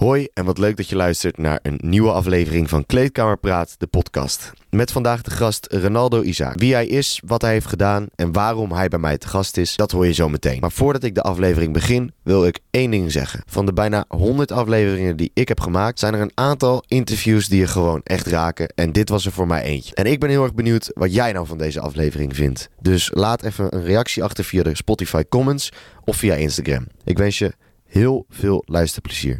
Hoi en wat leuk dat je luistert naar een nieuwe aflevering van Kleedkamerpraat, de podcast. Met vandaag de gast Ronaldo Isaac. Wie hij is, wat hij heeft gedaan en waarom hij bij mij te gast is, dat hoor je zo meteen. Maar voordat ik de aflevering begin, wil ik één ding zeggen. Van de bijna 100 afleveringen die ik heb gemaakt, zijn er een aantal interviews die je gewoon echt raken. En dit was er voor mij eentje. En ik ben heel erg benieuwd wat jij nou van deze aflevering vindt. Dus laat even een reactie achter via de Spotify comments of via Instagram. Ik wens je heel veel luisterplezier.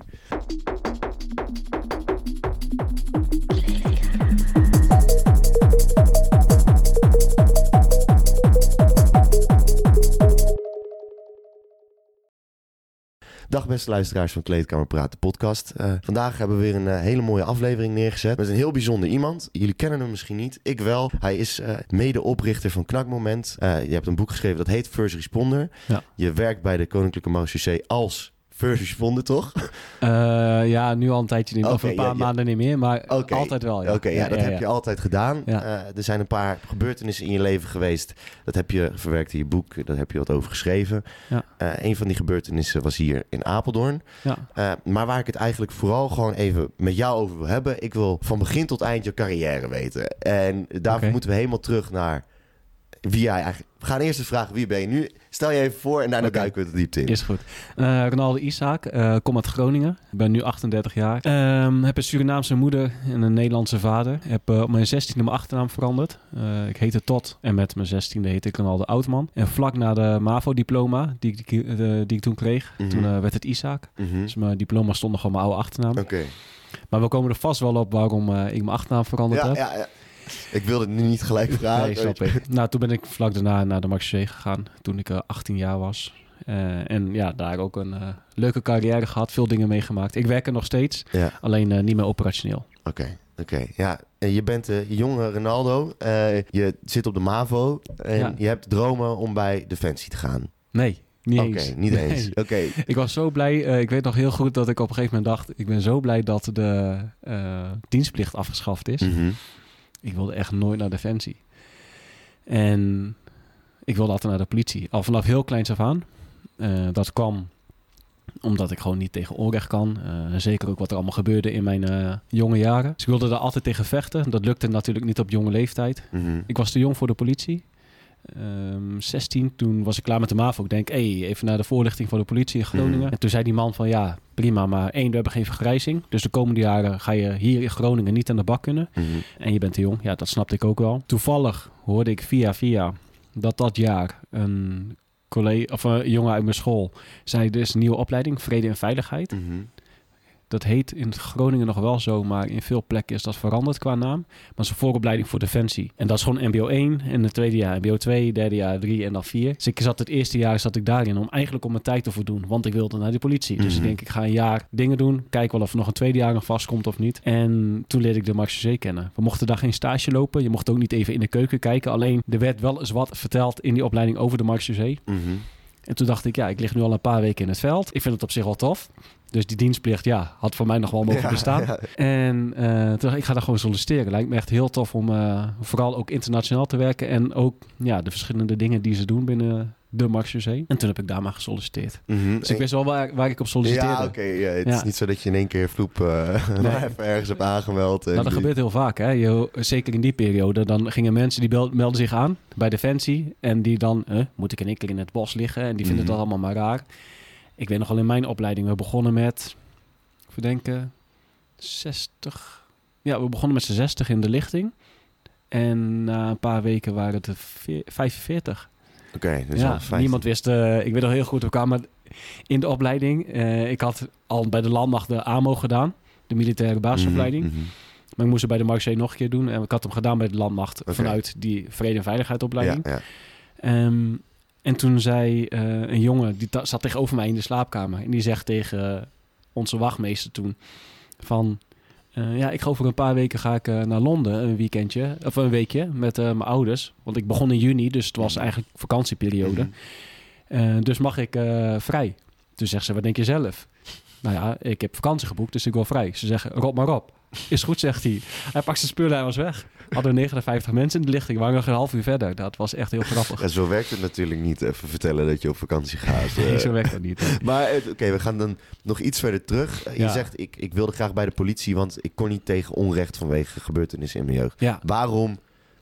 Dag beste luisteraars van Kleedkamerpraat, de podcast. Vandaag hebben we weer een hele mooie aflevering neergezet met een heel bijzonder iemand. Jullie kennen hem misschien niet, ik wel. Hij is medeoprichter van Knakmoment. Je hebt een boek geschreven dat heet First Responder. Ja. Je werkt bij de Koninklijke Marechaussee als First Responder, toch? Ja, nu al een tijdje niet, of een paar maanden niet meer, maar altijd wel. Ja. Dat heb je altijd gedaan. Ja. Er zijn een paar gebeurtenissen in je leven geweest. Dat heb je verwerkt in je boek, daar heb je wat over geschreven. Ja. Een van die gebeurtenissen was hier in Apeldoorn. Ja. Maar waar ik het eigenlijk vooral gewoon even met jou over wil hebben. Ik wil van begin tot eind je carrière weten. En daarvoor moeten we helemaal terug naar wie jij eigenlijk... We gaan eerst eens vragen, wie ben je nu? Stel je even voor en daarna duiken we de diepte in. Is goed. Ronaldo Isaac, kom uit Groningen. Ik ben nu 38 jaar. Heb een Surinaamse moeder en een Nederlandse vader. Heb op mijn 16e mijn achternaam veranderd. Ik heette Todd en met mijn 16e heette ik Ronaldo Oudman. En vlak na de MAVO-diploma die ik toen kreeg, toen werd het Isaac. Dus mijn diploma stond nog op mijn oude achternaam. Maar we komen er vast wel op waarom ik mijn achternaam veranderd heb. Ja. Ik wilde het nu niet gelijk vragen. Nee, snap ik. Nou, toen ben ik vlak daarna naar de Marechaussee gegaan, toen ik 18 jaar was. En ja, daar ook een leuke carrière gehad, veel dingen meegemaakt. Ik werk er nog steeds, alleen niet meer operationeel. Oké. Ja, je bent jonge Ronaldo. Je zit op de MAVO en je hebt dromen om bij Defensie te gaan. Nee. Niet eens. Niet eens. Nee. Ik was zo blij. Ik weet nog heel goed dat ik op een gegeven moment dacht, ik ben zo blij dat de dienstplicht afgeschaft is. Ik wilde echt nooit naar Defensie. En ik wilde altijd naar de politie. Al vanaf heel kleins af aan. Dat kwam omdat ik gewoon niet tegen onrecht kan. Zeker ook wat er allemaal gebeurde in mijn jonge jaren. Dus ik wilde daar altijd tegen vechten. Dat lukte natuurlijk niet op jonge leeftijd. Ik was te jong voor de politie. 16, toen was ik klaar met de MAVO. Ik denk, even naar de voorlichting voor de politie in Groningen. En toen zei die man van, ja, prima, maar we hebben geen vergrijzing. Dus de komende jaren ga je hier in Groningen niet aan de bak kunnen. En je bent te jong. Ja, dat snapte ik ook wel. Toevallig hoorde ik via dat jaar een jongen uit mijn school zei, er is een nieuwe opleiding, Vrede en Veiligheid. Dat heet in Groningen nog wel zo, maar in veel plekken is dat veranderd qua naam. Maar het is een vooropleiding voor Defensie. En dat is gewoon mbo 1 en het tweede jaar mbo 2, derde jaar 3 en dan 4. Dus het eerste jaar zat ik daarin om mijn tijd te voldoen. Want ik wilde naar de politie. Dus ik denk, ik ga een jaar dingen doen. Kijk wel of er nog een tweede jaar nog vastkomt of niet. En toen leerde ik de Marechaussee kennen. We mochten daar geen stage lopen. Je mocht ook niet even in de keuken kijken. Alleen er werd wel eens wat verteld in die opleiding over de Marechaussee. En toen dacht ik, ik lig nu al een paar weken in het veld. Ik vind het op zich wel tof. Dus die dienstplicht, had voor mij nog wel mogen bestaan. Ja. En toen dacht ik ga daar gewoon solliciteren. Lijkt me echt heel tof om vooral ook internationaal te werken. En ook de verschillende dingen die ze doen binnen de Marechaussee. En toen heb ik daar maar gesolliciteerd. Dus ik wist wel waar ik op solliciteerde. Het is niet zo dat je in één keer even ergens hebt aangemeld. Dat gebeurt heel vaak. Hè? Zeker in die periode. Dan gingen mensen die melden zich aan bij Defensie. En die dan, moet ik in één keer in het bos liggen? En die vinden het allemaal maar raar. Ik weet nog al in mijn opleiding, we begonnen met, verdenken, 60. Ja, we begonnen met z'n 60 in de lichting. En na een paar weken waren het er 45. Dus al 50. Niemand wist, ik weet nog heel goed, we kwamen in de opleiding. Ik had al bij de landmacht de AMO gedaan, de militaire basisopleiding. Maar ik moest het bij de Marechaussee nog een keer doen. En ik had hem gedaan bij de landmacht vanuit die vrede- en veiligheidsopleiding. En toen zei een jongen, die zat tegenover mij in de slaapkamer. En die zegt tegen onze wachtmeester toen van... ik ga over een paar weken naar Londen, een weekendje. Of een weekje met mijn ouders. Want ik begon in juni, dus het was eigenlijk vakantieperiode. Dus mag ik vrij? Toen zegt ze, wat denk je zelf? Nou ja, ik heb vakantie geboekt, dus ik wil vrij. Ze zeggen, rot maar op. Is goed, zegt hij. Hij pakt zijn spullen en hij was weg. hadden we 59 mensen in de lichting. We waren nog een half uur verder. Dat was echt heel grappig. En zo werkt het natuurlijk niet. Even vertellen dat je op vakantie gaat. Nee, zo werkt dat niet. Maar oké, we gaan dan nog iets verder terug. Je zegt, ik wilde graag bij de politie, want ik kon niet tegen onrecht vanwege gebeurtenissen in mijn jeugd. Ja. Waarom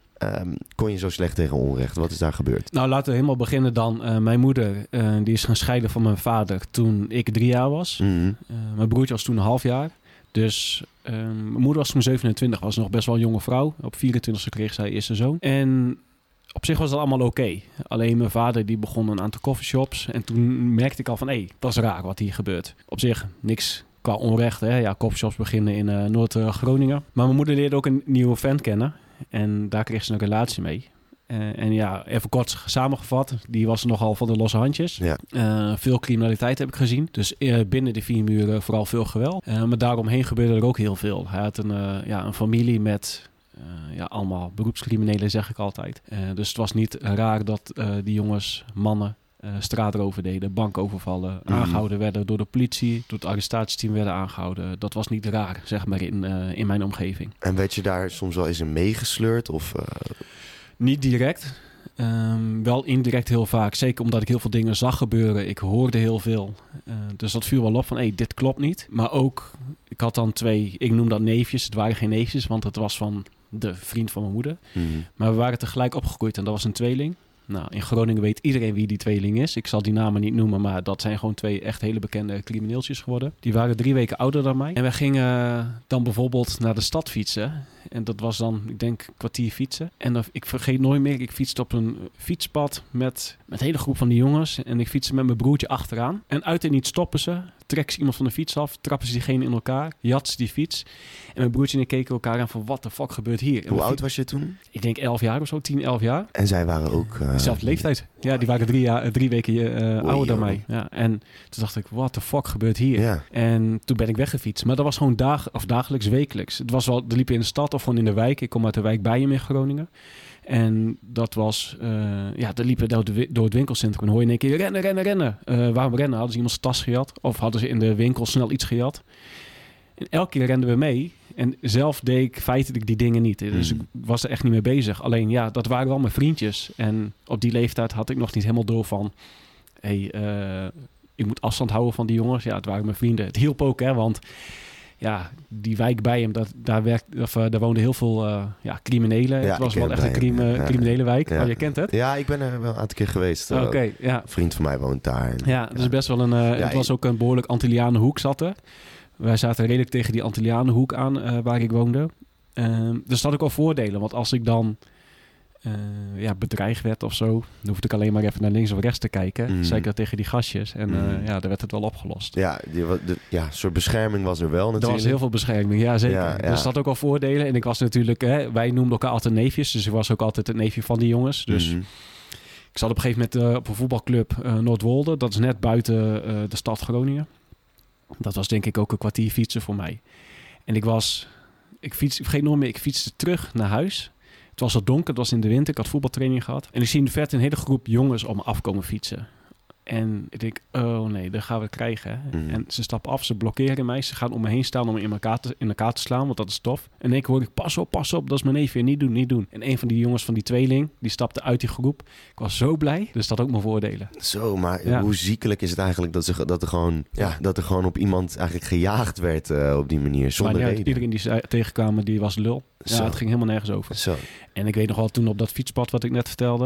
kon je zo slecht tegen onrecht? Wat is daar gebeurd? Nou, laten we helemaal beginnen dan. Mijn moeder, die is gaan scheiden van mijn vader toen ik 3 jaar was. Mm-hmm. Mijn broertje was toen een half jaar. Dus mijn moeder was toen 27, was nog best wel een jonge vrouw. Op 24e kreeg zij eerste zoon. En op zich was dat allemaal oké. Alleen mijn vader die begon een aantal coffeeshops. En toen merkte ik al van, dat is raar wat hier gebeurt. Op zich niks qua onrecht. Hè. Ja, coffeeshops beginnen in Noord-Groningen. Maar mijn moeder leerde ook een nieuwe vent kennen. En daar kreeg ze een relatie mee. En ja, even kort samengevat. Die was nogal van de losse handjes. Ja. Veel criminaliteit heb ik gezien. Dus binnen de 4 muren vooral veel geweld. Maar daaromheen gebeurde er ook heel veel. Hij had een familie met allemaal beroepscriminelen, zeg ik altijd. Dus het was niet raar dat die jongens, mannen, straatrover deden, bankovervallen, aangehouden werden door de politie, door het arrestatieteam werden aangehouden. Dat was niet raar, zeg maar, in mijn omgeving. En werd je daar soms wel eens in meegesleurd? Of, Niet direct. Wel indirect heel vaak. Zeker omdat ik heel veel dingen zag gebeuren. Ik hoorde heel veel. Dus dat viel wel op van, dit klopt niet. Maar ook, ik had dan 2, ik noem dat neefjes. Het waren geen neefjes, want het was van de vriend van mijn moeder. Mm-hmm. Maar we waren tegelijk opgegroeid en dat was een tweeling. Nou, in Groningen weet iedereen wie die tweeling is. Ik zal die namen niet noemen, maar dat zijn gewoon 2 echt hele bekende crimineeltjes geworden. Die waren 3 weken ouder dan mij. En wij gingen dan bijvoorbeeld naar de stad fietsen. En dat was dan, ik denk, een kwartier fietsen. En ik vergeet nooit meer, ik fietste op een fietspad met een hele groep van die jongens. En ik fietste met mijn broertje achteraan. En uit en niet stoppen ze. Trekken ze iemand van de fiets af, trappen ze diegene in elkaar, jatsen die fiets. En mijn broertje en ik keken elkaar aan van, wat de fuck gebeurt hier? Hoe oud was je toen? Ik denk 11 jaar of zo, 10, 11 jaar. En zij waren ook... Dezelfde leeftijd. Ja, die waren 3 weken ouder dan mij. Ja, en toen dacht ik, what the fuck gebeurt hier? Ja. En toen ben ik weggefietst. Maar dat was gewoon dagelijks, wekelijks. Het was wel, er liepen in de stad of gewoon in de wijk. Ik kom uit de wijk Bijen in Groningen. En dat was, er liepen door het winkelcentrum. En hoor je in één keer, rennen. Waarom rennen? Hadden ze iemands tas gejat? Of hadden ze in de winkel snel iets gejat? En elke keer renden we mee. En zelf deed ik feitelijk die dingen niet. Dus ik was er echt niet mee bezig. Alleen dat waren wel mijn vriendjes. En op die leeftijd had ik nog niet helemaal door van... ik moet afstand houden van die jongens. Ja, het waren mijn vrienden. Het hielp ook, hè, want... Ja, die wijk bij hem, daar woonden heel veel criminelen. Ja, het was wel echt een criminele wijk. Ja. Oh, je kent het? Ja, ik ben er wel een aantal keer geweest. Oké, Een vriend van mij woont daar. Ja, dus best wel het was ook een behoorlijk Antillianenhoek zat er. Wij zaten redelijk tegen die Antillianenhoek aan waar ik woonde. Dus dat had ook al voordelen. Want als ik dan bedreigd werd of zo, dan hoefde ik alleen maar even naar links of rechts te kijken. Zei ik dat tegen die gastjes. En daar werd het wel opgelost. Ja, een soort bescherming was er wel natuurlijk. Er was heel veel bescherming, ja zeker. Ja. Dus dat had ook al voordelen. En ik was natuurlijk, wij noemden elkaar altijd neefjes. Dus ik was ook altijd het neefje van die jongens. Dus ik zat op een gegeven moment op een voetbalclub Noordwolde. Dat is net buiten de stad Groningen. Dat was denk ik ook een kwartier fietsen voor mij. En ik vergeet nooit meer, ik fietste terug naar huis. Het was al donker, het was in de winter, ik had voetbaltraining gehad. En ik zie in de verte een hele groep jongens om me afkomen fietsen. En ik denk, oh nee, dat gaan we krijgen. Hè? En ze stappen af, ze blokkeren mij. Ze gaan om me heen staan om me in elkaar te slaan, want dat is tof. En ik hoor ik, pas op, dat is mijn neefje, niet doen. En een van die jongens van die tweeling, die stapte uit die groep. Ik was zo blij, dus dat ook mijn voordelen. Zo, maar hoe ziekelijk is het eigenlijk dat er gewoon op iemand eigenlijk gejaagd werd op die manier, zonder reden. Iedereen die tegenkwamen, die was lul. Ja, het ging helemaal nergens over. Zo. En ik weet nog wel, toen op dat fietspad wat ik net vertelde,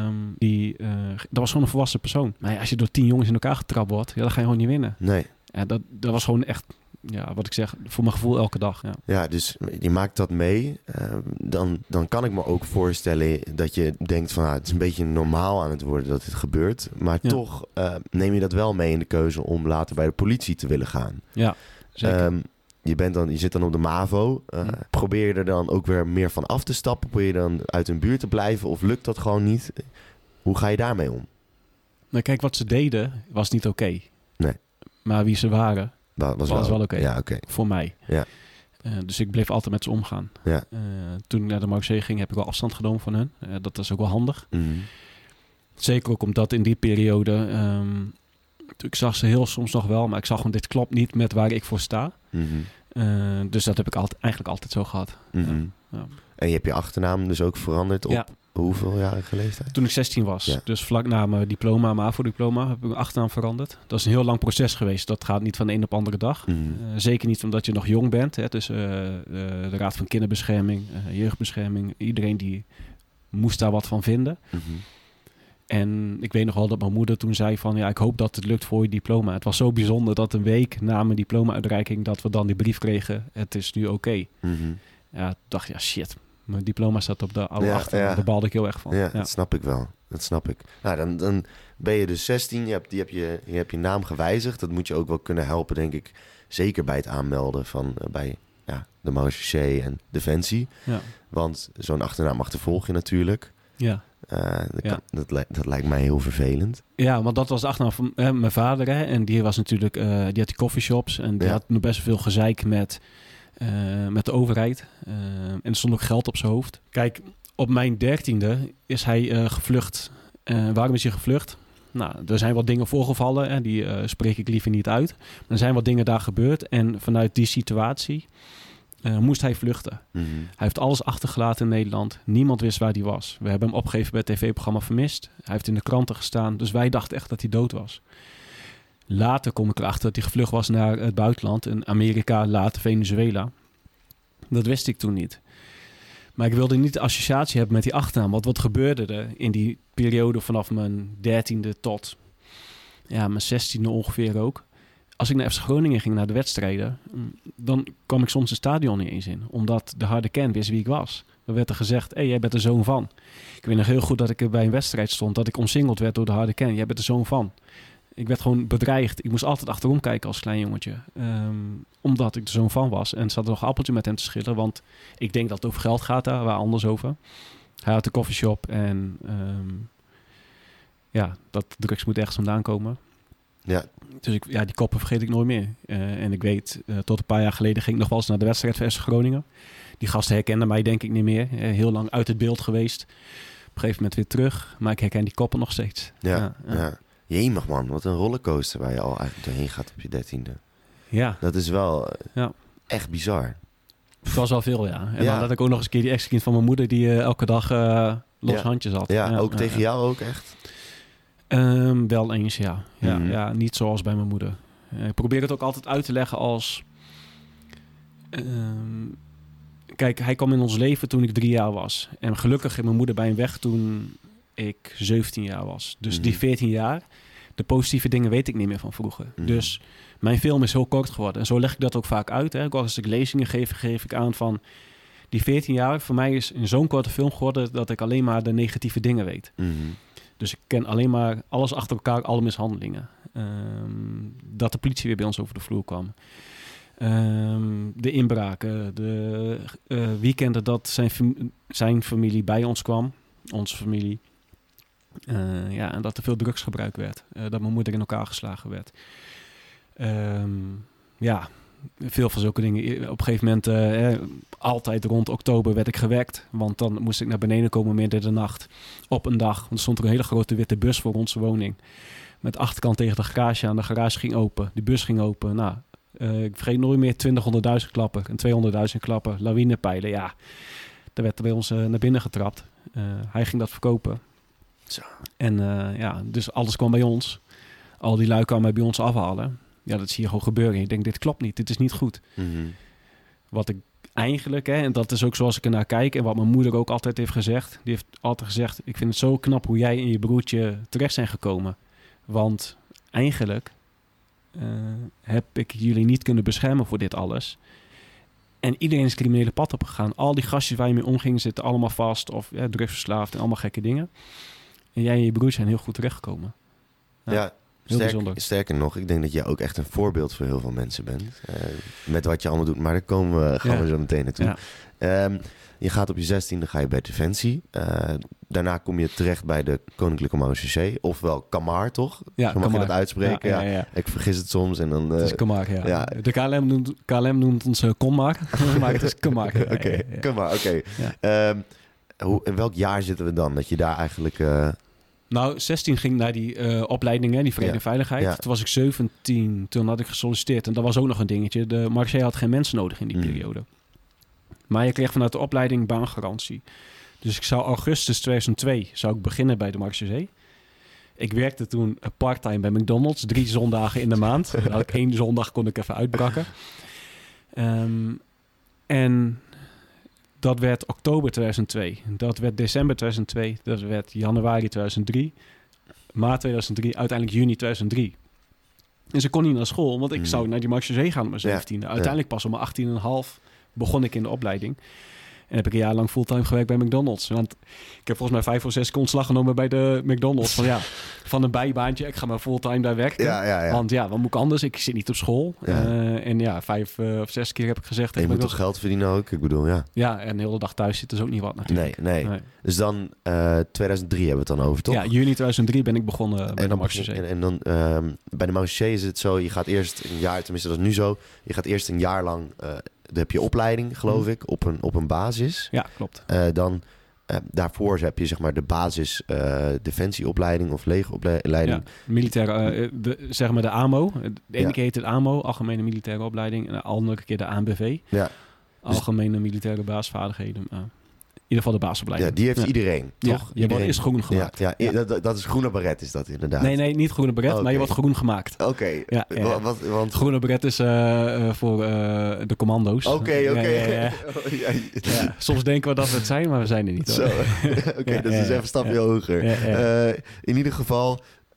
dat was gewoon een volwassen persoon. Maar als je door 10 jongens in elkaar getrapt wordt, dan ga je gewoon niet winnen. Nee. Ja, dat was gewoon echt, wat ik zeg, voor mijn gevoel elke dag. Ja, dus je maakt dat mee. Dan kan ik me ook voorstellen dat je denkt van, het is een beetje normaal aan het worden dat dit gebeurt. Maar toch neem je dat wel mee in de keuze om later bij de politie te willen gaan. Ja, zeker. Je zit dan op de MAVO. Probeer je er dan ook weer meer van af te stappen? Probeer je dan uit hun buurt te blijven? Of lukt dat gewoon niet? Hoe ga je daarmee om? Nou, kijk, wat ze deden was niet oké. Nee. Maar wie ze waren, was wel oké. Ja, oké. Voor mij. Ja. Dus ik bleef altijd met ze omgaan. Ja. Toen ik naar de Marseille ging, heb ik wel afstand genomen van hen. Dat is ook wel handig. Zeker ook omdat in die periode... ik zag ze heel soms nog wel, maar ik zag gewoon, dit klopt niet met waar ik voor sta. Dus dat heb ik eigenlijk altijd zo gehad. Mm-hmm. Ja. En je hebt je achternaam dus ook veranderd op hoeveel jarige leeftijd? Toen ik 16 was. Ja. Dus vlak na mijn diploma, mijn AVO-diploma, heb ik mijn achternaam veranderd. Dat is een heel lang proces geweest. Dat gaat niet van de een op de andere dag. Mm-hmm. Zeker niet omdat je nog jong bent. Hè. Dus de Raad van Kinderbescherming, Jeugdbescherming, iedereen die moest daar wat van vinden. Mm-hmm. En ik weet nog wel dat mijn moeder toen zei van... ik hoop dat het lukt voor je diploma. Het was zo bijzonder dat een week na mijn diploma-uitreiking... dat we dan die brief kregen, het is nu oké. Mm-hmm. Ja, toen dacht ik, shit. Mijn diploma staat op de oude achter. Ja. Daar baalde ik heel erg van. Ja, dat snap ik wel. Dat snap ik. Nou, dan ben je dus 16. Je hebt je naam gewijzigd. Dat moet je ook wel kunnen helpen, denk ik. Zeker bij het aanmelden van bij de Marechaussee en Defensie. Ja. Want zo'n achternaam achtervolg je natuurlijk. Ja. Dat lijkt mij heel vervelend. Ja, want dat was de achternaam van mijn vader. Hè, en die was natuurlijk, die had die coffeeshops. En die had nog best veel gezeik met de overheid. En er stond ook geld op zijn hoofd. Kijk, op mijn 13e is hij gevlucht. Waarom is hij gevlucht? Nou, er zijn wat dingen voorgevallen. En die spreek ik liever niet uit. Maar er zijn wat dingen daar gebeurd. En vanuit die situatie moest hij vluchten. Mm-hmm. Hij heeft alles achtergelaten in Nederland. Niemand wist waar hij was. We hebben hem opgegeven bij het tv-programma Vermist. Hij heeft in de kranten gestaan. Dus wij dachten echt dat hij dood was. Later kom ik erachter dat hij gevlucht was naar het buitenland. In Amerika, later Venezuela. Dat wist ik toen niet. Maar ik wilde niet de associatie hebben met die achternaam. Want wat gebeurde er in die periode vanaf mijn 13e tot mijn 16e ongeveer ook. Als ik naar FC Groningen ging, naar de wedstrijden, dan kwam ik soms het stadion niet eens in. Omdat de harde kern wist wie ik was. Er werd er gezegd, jij bent de zoon van. Ik weet nog heel goed dat ik bij een wedstrijd stond, dat ik omsingeld werd door de harde kern. Jij bent de zoon van. Ik werd gewoon bedreigd. Ik moest altijd achterom kijken als klein jongetje. Omdat ik de zoon van was. En zat er nog een appeltje met hem te schillen. Want ik denk dat het over geld gaat daar, waar anders over. Hij had de coffeeshop en dat drugs moet ergens vandaan komen. Ja. Dus die koppen vergeet ik nooit meer. En ik weet, tot een paar jaar geleden ging ik nog wel eens naar de wedstrijd van FC Groningen. Die gasten herkenden mij denk ik niet meer. Heel lang uit het beeld geweest. Op een gegeven moment weer terug. Maar ik herken die koppen nog steeds. Ja. Jemig man, wat een rollercoaster waar je al eigenlijk doorheen gaat op je 13e. Ja. Dat is wel echt bizar. Het was wel veel, ja. En dan had ik ook nog eens een keer die ex-kind van mijn moeder... die elke dag los handjes had. Ja, ook tegen jou ook echt? Wel eens, ja. Mm-hmm. Ja, niet zoals bij mijn moeder. Ik probeer het ook altijd uit te leggen als... kijk, hij kwam in ons leven toen ik 3 jaar was. En gelukkig ging mijn moeder bij hem weg toen ik 17 jaar was. Dus die 14 jaar, de positieve dingen weet ik niet meer van vroeger. Mm-hmm. Dus mijn film is heel kort geworden. En zo leg ik dat ook vaak uit. Hè. Ook als ik lezingen geef ik aan van... Die 14 jaar voor mij is in zo'n korte film geworden... dat ik alleen maar de negatieve dingen weet. Mm-hmm. Dus ik ken alleen maar alles achter elkaar, alle mishandelingen. Dat de politie weer bij ons over de vloer kwam. De inbraken, de weekenden dat zijn familie bij ons kwam. Onze familie. En dat er veel drugsgebruik werd. Dat mijn moeder in elkaar geslagen werd. Veel van zulke dingen. Op een gegeven moment, altijd rond oktober werd ik gewekt. Want dan moest ik naar beneden komen midden in de nacht. Op een dag. Want er stond er een hele grote witte bus voor onze woning. Met de achterkant tegen de garage aan. De garage ging open. Die bus ging open. Nou, ik vergeet nooit meer 200.000 klappen. En 200.000 klappen. Lawinepijlen. Ja, daar werd er bij ons naar binnen getrapt. Hij ging dat verkopen. Zo. En dus alles kwam bij ons. Al die lui kwamen bij ons afhalen. Ja, dat zie je gewoon gebeuren. Ik denk, dit klopt niet. Dit is niet goed. Mm-hmm. Wat ik eigenlijk, en dat is ook zoals ik ernaar kijk... en wat mijn moeder ook altijd heeft gezegd... die heeft altijd gezegd... ik vind het zo knap hoe jij en je broertje terecht zijn gekomen. Want eigenlijk heb ik jullie niet kunnen beschermen voor dit alles. En iedereen is het criminele pad opgegaan. Al die gastjes waar je mee omging zitten allemaal vast... of drugsverslaafd en allemaal gekke dingen. En jij en je broertje zijn heel goed terechtgekomen. Ja. Sterker nog, ik denk dat jij ook echt een voorbeeld voor heel veel mensen bent. Met wat je allemaal doet. Maar daar gaan we zo meteen naartoe. Ja. Je gaat op je 16e, ga je bij Defensie. Daarna kom je terecht bij de Koninklijke Marechaussee. Ofwel Kamar, toch? Ja, zo mag je dat uitspreken. Ja. Ik vergis het soms. En dan, het is Kamar, ja. De KLM noemt ons Komar. Maar het is Kamar. Kamar, oké. Ja. In welk jaar zitten we dan? Dat je daar eigenlijk... Nou, 16 ging naar die opleiding, hè, die vrede en veiligheid. Ja. Toen was ik 17, toen had ik gesolliciteerd. En dat was ook nog een dingetje. De Marseille had geen mensen nodig in die periode. Maar je kreeg vanuit de opleiding baangarantie. Dus ik zou augustus 2002 zou ik beginnen bij de Marseille. Ik werkte toen part-time bij McDonald's. 3 zondagen in de maand. Dan had ik 1 zondag kon ik even uitbrakken. En dat werd oktober 2002. Dat werd december 2002. Dat werd januari 2003. Maart 2003. Uiteindelijk juni 2003. Dus ik kon niet naar school. Want ik zou naar die Marseille gaan op mijn 17e. Uiteindelijk pas om mijn 18,5 begon ik in de opleiding. En heb ik een jaar lang fulltime gewerkt bij McDonald's. Want ik heb volgens mij 5 of 6 keer ontslag genomen bij de McDonald's. Van een bijbaantje. Ik ga maar fulltime daar werken. Ja. Want wat moet ik anders? Ik zit niet op school. En 5 of 6 keer heb ik gezegd... En je moet toch geld verdienen ook? Ik bedoel, Ja, en de hele dag thuis zitten is ook niet wat natuurlijk. Nee. Dus dan 2003 hebben we het dan over, toch? Ja, juni 2003 ben ik begonnen bij de Marseille. En dan bij de Marseille is het zo... Je gaat eerst een jaar, tenminste dat is nu zo... Je gaat eerst een jaar lang... Dan heb je opleiding, geloof ik, op een basis. Ja, klopt. Daarvoor heb je zeg maar de basis defensieopleiding of legeropleiding. Ja, militaire, zeg maar de AMO. De ene keer heet het AMO, Algemene Militaire Opleiding. En de andere keer de ANBV. Ja. Algemene Militaire Basisvaardigheden. In ieder geval de basisopleiding. Ja, die heeft iedereen, toch? Je wordt eerst groen gemaakt. Ja. Dat is groene baret, is dat inderdaad? Nee, niet groene baret, maar je wordt groen gemaakt. Oké. Ja. Want... Groene baret is voor de commando's. Oké. Ja. Soms denken we dat we het zijn, maar we zijn er niet. Zo. Oké, dat is even een stapje hoger. In ieder geval...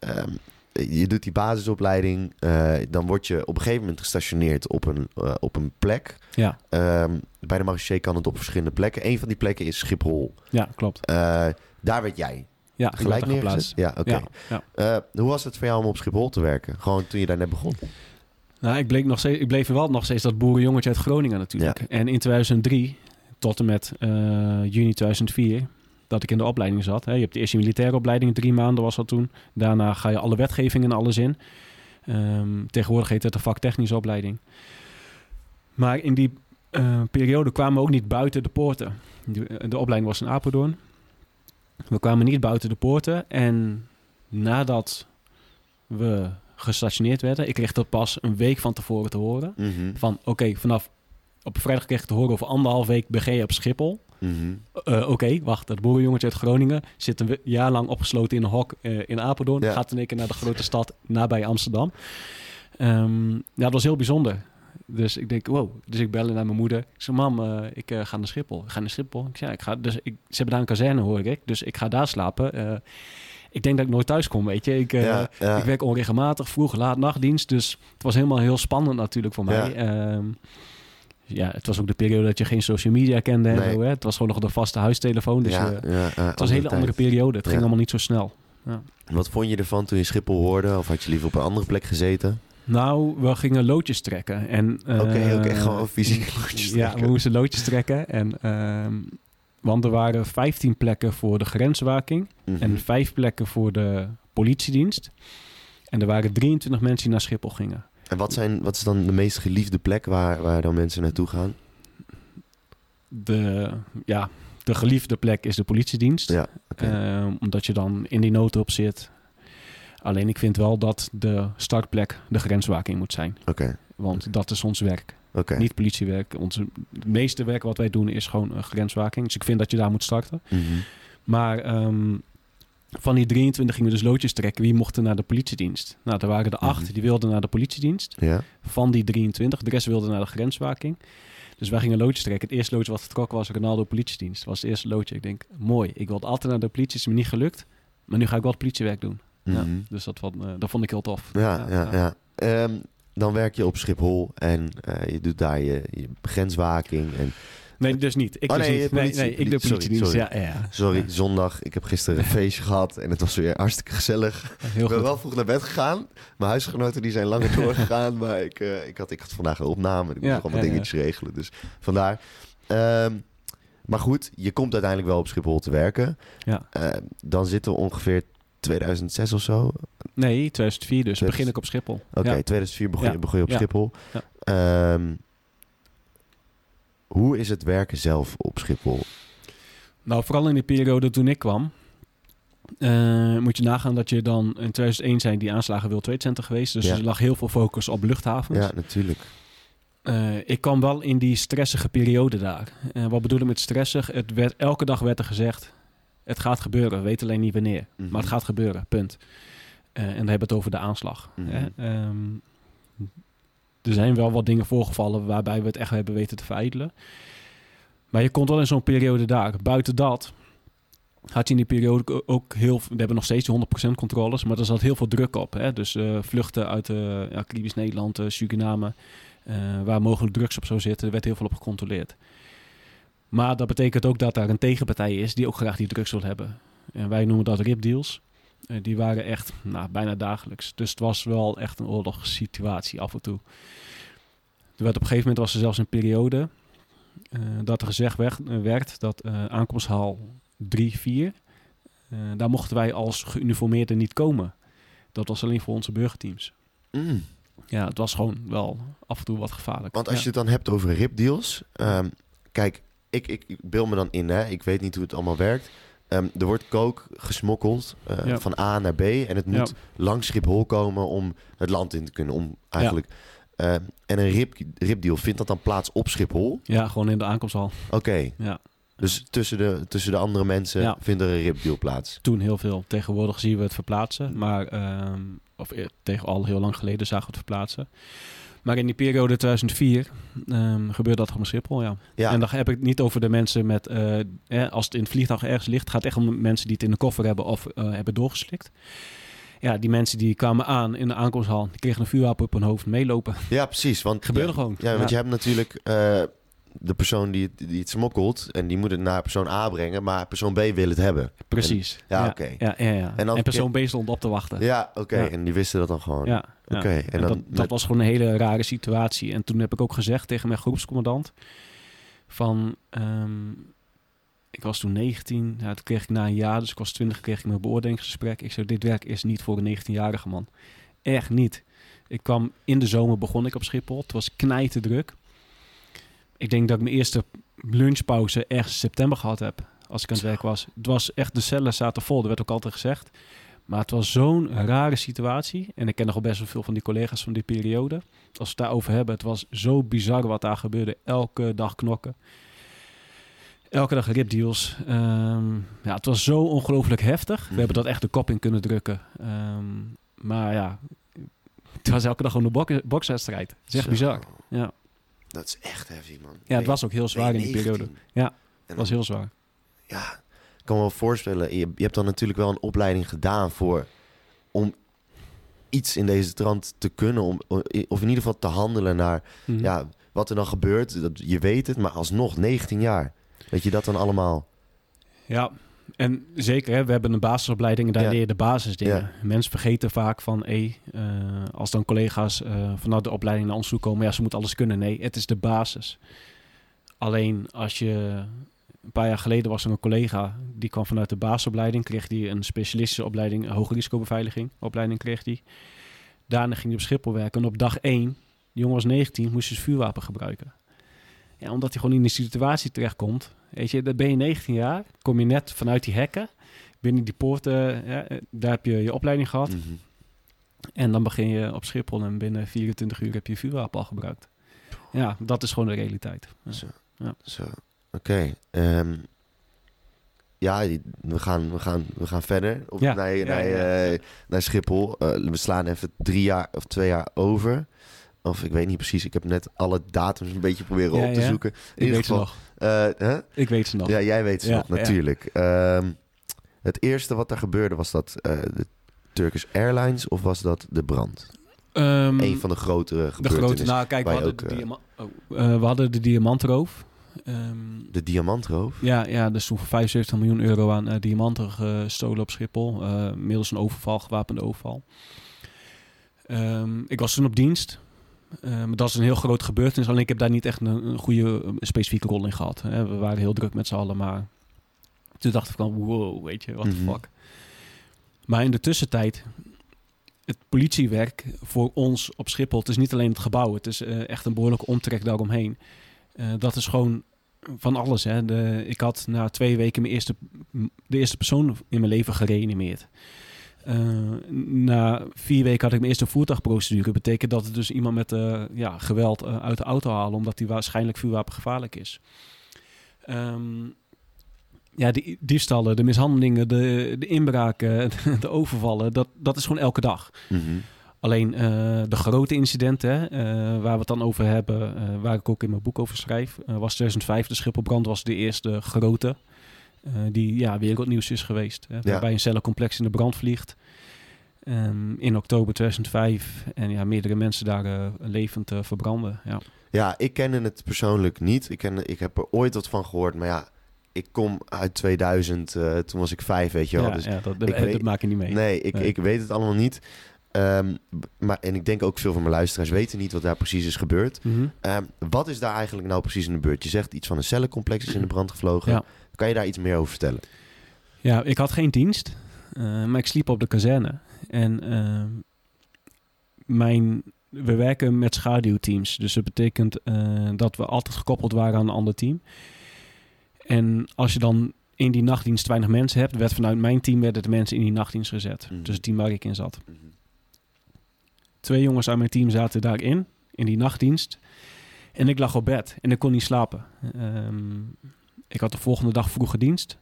je doet die basisopleiding. Dan word je op een gegeven moment gestationeerd op een plek. Ja. Bij de Marseille kan het op verschillende plekken. Een van die plekken is Schiphol. Ja, klopt. Daar werd jij gelijk neergezet? Ja, oké. Ja. Hoe was het voor jou om op Schiphol te werken? Gewoon toen je daar net begon? Nou, ik bleef wel nog steeds dat boerenjongetje uit Groningen natuurlijk. Ja. En in 2003 tot en met juni 2004... dat ik in de opleiding zat. Je hebt de eerste militaire opleiding, 3 maanden was dat toen. Daarna ga je alle wetgeving en alles in. Tegenwoordig heet het de vaktechnische opleiding. Maar in die periode kwamen we ook niet buiten de poorten. De opleiding was in Apeldoorn. We kwamen niet buiten de poorten. En nadat we gestationeerd werden... ik kreeg dat pas een week van tevoren te horen. Van vanaf op vrijdag kreeg ik te horen... over 1,5 week begin je op Schiphol... wacht, dat boerenjongetje uit Groningen zit een jaar lang opgesloten in een hok in Apeldoorn. Ja. Gaat in één keer naar de grote stad nabij Amsterdam. Dat was heel bijzonder. Dus ik denk, wow. Dus ik belde naar mijn moeder. Ik zei, mam, ik ga naar Schiphol. Ik ga naar Schiphol. Ik zei, ze hebben daar een kazerne, hoor ik. Dus ik ga daar slapen. Ik denk dat ik nooit thuis kom, weet je. Ik werk onregelmatig, vroeg, laat, nachtdienst. Dus het was helemaal heel spannend natuurlijk voor mij. Het was ook de periode dat je geen social media kende. Nee. En zo, hè. Het was gewoon nog de vaste huistelefoon. Dus het was een hele andere periode. Het ging allemaal niet zo snel. Ja. Wat vond je ervan toen je Schiphol hoorde? Of had je liever op een andere plek gezeten? Nou, we gingen loodjes trekken. Oké, gewoon fysiek loodjes trekken. Ja, we moesten loodjes trekken. Want er waren 15 plekken voor de grenswaking. En 5 plekken voor de politiedienst. En er waren 23 mensen die naar Schiphol gingen. En wat is dan de meest geliefde plek waar dan mensen naartoe gaan? De geliefde plek is de politiedienst. Ja, okay. Omdat je dan in die noodhulp zit. Alleen ik vind wel dat de startplek de grenswaking moet zijn. Okay. Want dat is ons werk. Okay. Niet politiewerk. Het meeste werk wat wij doen is gewoon grenswaking. Dus ik vind dat je daar moet starten. Maar... van die 23 gingen we dus loodjes trekken. Wie mochten naar de politiedienst? Nou, er waren er 8 die wilden naar de politiedienst. Ja. Van die 23. De rest wilde naar de grenswaking. Dus wij gingen loodjes trekken. Het eerste loodje wat vertrokken was Ronaldo politiedienst. Dat was het eerste loodje. Ik denk, mooi. Ik wilde altijd naar de politie. Is me niet gelukt. Maar nu ga ik wel het politiewerk doen. Ja, dus dat vond ik heel tof. Ja. Dan werk je op Schiphol. En je doet daar je grenswaking en... Nee, dus niet. Ik doe politiedienst. Sorry, zondag. Ik heb gisteren een feestje gehad en het was weer hartstikke gezellig. Ik ben wel vroeg naar bed gegaan. Mijn huisgenoten die zijn langer doorgegaan, maar ik had vandaag een opname. Ik moest nog allemaal dingetjes regelen, dus vandaar. Maar goed, je komt uiteindelijk wel op Schiphol te werken. Ja. Dan zitten we ongeveer 2006 of zo. Nee, 2004 dus. Begin ik op Schiphol. Oké, 2004 begon je op Schiphol. Ja. Hoe is het werken zelf op Schiphol? Nou, vooral in de periode toen ik kwam. Moet je nagaan dat je dan in 2001 zijn die aanslagen World Trade Center geweest. Dus er lag heel veel focus op luchthavens. Ja, natuurlijk. Ik kwam wel in die stressige periode daar. Wat bedoel ik met stressig? Elke dag werd er gezegd, het gaat gebeuren. We weten alleen niet wanneer. Mm-hmm. Maar het gaat gebeuren, punt. En dan hebben we het over de aanslag. Mm-hmm. Er zijn wel wat dingen voorgevallen waarbij we het echt hebben weten te verijdelen. Maar je komt wel in zo'n periode daar. Buiten dat had je in die periode ook we hebben nog steeds 100% controles, maar er zat heel veel druk op. Hè? Dus vluchten uit Caribisch Nederland, Suriname, waar mogelijk drugs op zou zitten. Er werd heel veel op gecontroleerd. Maar dat betekent ook dat daar een tegenpartij is die ook graag die drugs wil hebben. En wij noemen dat ripdeals. Die waren echt bijna dagelijks. Dus het was wel echt een oorlogssituatie af en toe. Op een gegeven moment was er zelfs een periode dat er gezegd werd dat aankomsthal 3-4, daar mochten wij als geuniformeerden niet komen. Dat was alleen voor onze burgerteams. Ja, het was gewoon wel af en toe wat gevaarlijk. Want als je het dan hebt over ripdeals, kijk, ik beeld me dan in, hè? Ik weet niet hoe het allemaal werkt. Er wordt coke gesmokkeld van A naar B en het moet langs Schiphol komen om het land in te kunnen. Om eigenlijk. En een ripdeal, vindt dat dan plaats op Schiphol? Ja, gewoon in de aankomsthal. Oké. Ja. Dus tussen de andere mensen vindt er een ripdeal plaats? Toen heel veel. Tegenwoordig zien we het verplaatsen. Maar, tegen al heel lang geleden zagen we het verplaatsen. Maar in die periode 2004 gebeurde dat gewoon op Schiphol, ja. En dan heb ik het niet over de mensen met... als het in het vliegtuig ergens ligt, gaat het echt om mensen die het in de koffer hebben of hebben doorgeslikt. Ja, die mensen die kwamen aan in de aankomsthal, die kregen een vuurwapen op hun hoofd meelopen. Ja, precies. Want gebeurde gewoon. Ja, want je hebt natuurlijk de persoon die het smokkelt en die moet het naar persoon A brengen, maar persoon B wil het hebben. Precies. Oké. Ja. En persoon B stond op te wachten. Ja, oké. En die wisten dat dan gewoon. Ja. Oké. En dat was gewoon een hele rare situatie. En toen heb ik ook gezegd tegen mijn groepscommandant van... ik was toen 19. Ja, toen kreeg ik na een jaar, dus ik was 20, kreeg ik mijn beoordelingsgesprek. Ik zei, dit werk is niet voor een 19-jarige man. Echt niet. In de zomer begon ik op Schiphol. Het was knijterdruk. Ik denk dat ik mijn eerste lunchpauze ergens september gehad heb. Als ik aan het werk was. Het was echt, de cellen zaten vol. Dat werd ook altijd gezegd. Maar het was zo'n rare situatie. En ik ken nogal best wel veel van die collega's van die periode. Als we het daarover hebben. Het was zo bizar wat daar gebeurde. Elke dag knokken. Elke dag ripdeals. Het was zo ongelooflijk heftig. We hebben dat echt de kop in kunnen drukken. Maar ja, het was elke dag gewoon een bokswedstrijd. Het is echt bizar. Ja. Dat is echt heavy, man. Ja, het was ook heel zwaar in die periode. Ja, het was heel zwaar. Ja, ik kan me wel voorstellen. Je hebt dan natuurlijk wel een opleiding gedaan om iets in deze trant te kunnen. Of in ieder geval te handelen naar wat er dan gebeurt. Je weet het, maar alsnog 19 jaar. Weet je dat dan allemaal? Ja, en zeker, hè, we hebben een basisopleiding en daar leer je de basisdingen. Ja. Mensen vergeten vaak van, als dan collega's vanuit de opleiding naar ons toe komen, ze moeten alles kunnen. Nee, het is de basis. Alleen als je... Een paar jaar geleden was er een collega, die kwam vanuit de basisopleiding, kreeg die een specialistische opleiding, een hoge risicobeveiliging opleiding kreeg die. Daarna ging hij op Schiphol werken en op dag 1, die jongen was 19, moest hij zijn vuurwapen gebruiken. Ja, omdat hij gewoon in die situatie terechtkomt. Weet je, dan ben je 19 jaar, kom je net vanuit die hekken, binnen die poorten, daar heb je je opleiding gehad. Mm-hmm. En dan begin je op Schiphol en binnen 24 uur heb je vuurwapen al gebruikt. Ja, dat is gewoon de realiteit. Ja. Zo. Oké. We gaan verder naar Schiphol. We slaan even 3 jaar of 2 jaar over. Of ik weet niet precies. Ik heb net alle datums een beetje proberen op te zoeken. Ik weet ze nog. Ik weet ze nog. Ja, jij weet ze nog, natuurlijk. Het eerste wat er gebeurde, was dat de Turkish Airlines of was dat de brand? Een van de grotere gebeurtenissen. Nou, kijk, we hadden de diamantroof. De diamantroof? Ja, dus toen voor 75 miljoen euro aan diamanten gestolen op Schiphol. Middels een overval, gewapende overval. Ik was toen op dienst. Dat is een heel groot gebeurtenis. Alleen ik heb daar niet echt een goede specifieke rol in gehad. We waren heel druk met z'n allen, maar toen dacht ik van wow, weet je, what the fuck. Maar in de tussentijd, het politiewerk voor ons op Schiphol, het is niet alleen het gebouw, het is echt een behoorlijke omtrek daaromheen. Dat is gewoon Van alles, hè. Ik had na 2 weken de eerste persoon in mijn leven gereanimeerd. Na 4 weken had ik mijn eerste voertuigprocedure. Dat betekent dat het dus iemand met geweld uit de auto halen, omdat die waarschijnlijk vuurwapengevaarlijk is. De diefstallen, de mishandelingen, de inbraken, de overvallen, dat is gewoon elke dag. Mm-hmm. Alleen de grote incidenten, waar we het dan over hebben, waar ik ook in mijn boek over schrijf, was 2005. De Schipholbrand was de eerste grote die wereldnieuws is geweest. Waarbij een cellencomplex in de brand vliegt. In oktober 2005. En meerdere mensen daar levend verbranden. Ja. Ja, ik kende het persoonlijk niet. Ik heb er ooit wat van gehoord. Maar ja, ik kom uit 2000. Toen was ik 5, weet je wel. Dus dat maak je niet mee. Nee, ik weet het allemaal niet. En ik denk ook veel van mijn luisteraars weten niet wat daar precies is gebeurd. Mm-hmm. Wat is daar eigenlijk nou precies in de beurt? Je zegt iets van een cellencomplex is in de brand gevlogen. Ja. Kan je daar iets meer over vertellen? Ja, ik had geen dienst. Maar ik sliep op de kazerne. En we werken met schaduwteams. Dus dat betekent dat we altijd gekoppeld waren aan een ander team. En als je dan in die nachtdienst weinig mensen hebt, werd vanuit mijn team werden de mensen in die nachtdienst gezet. Mm-hmm. Dus het team waar ik in zat. Mm-hmm. 2 jongens uit mijn team zaten daarin, in die nachtdienst. En ik lag op bed en ik kon niet slapen. Ik had de volgende dag vroege dienst.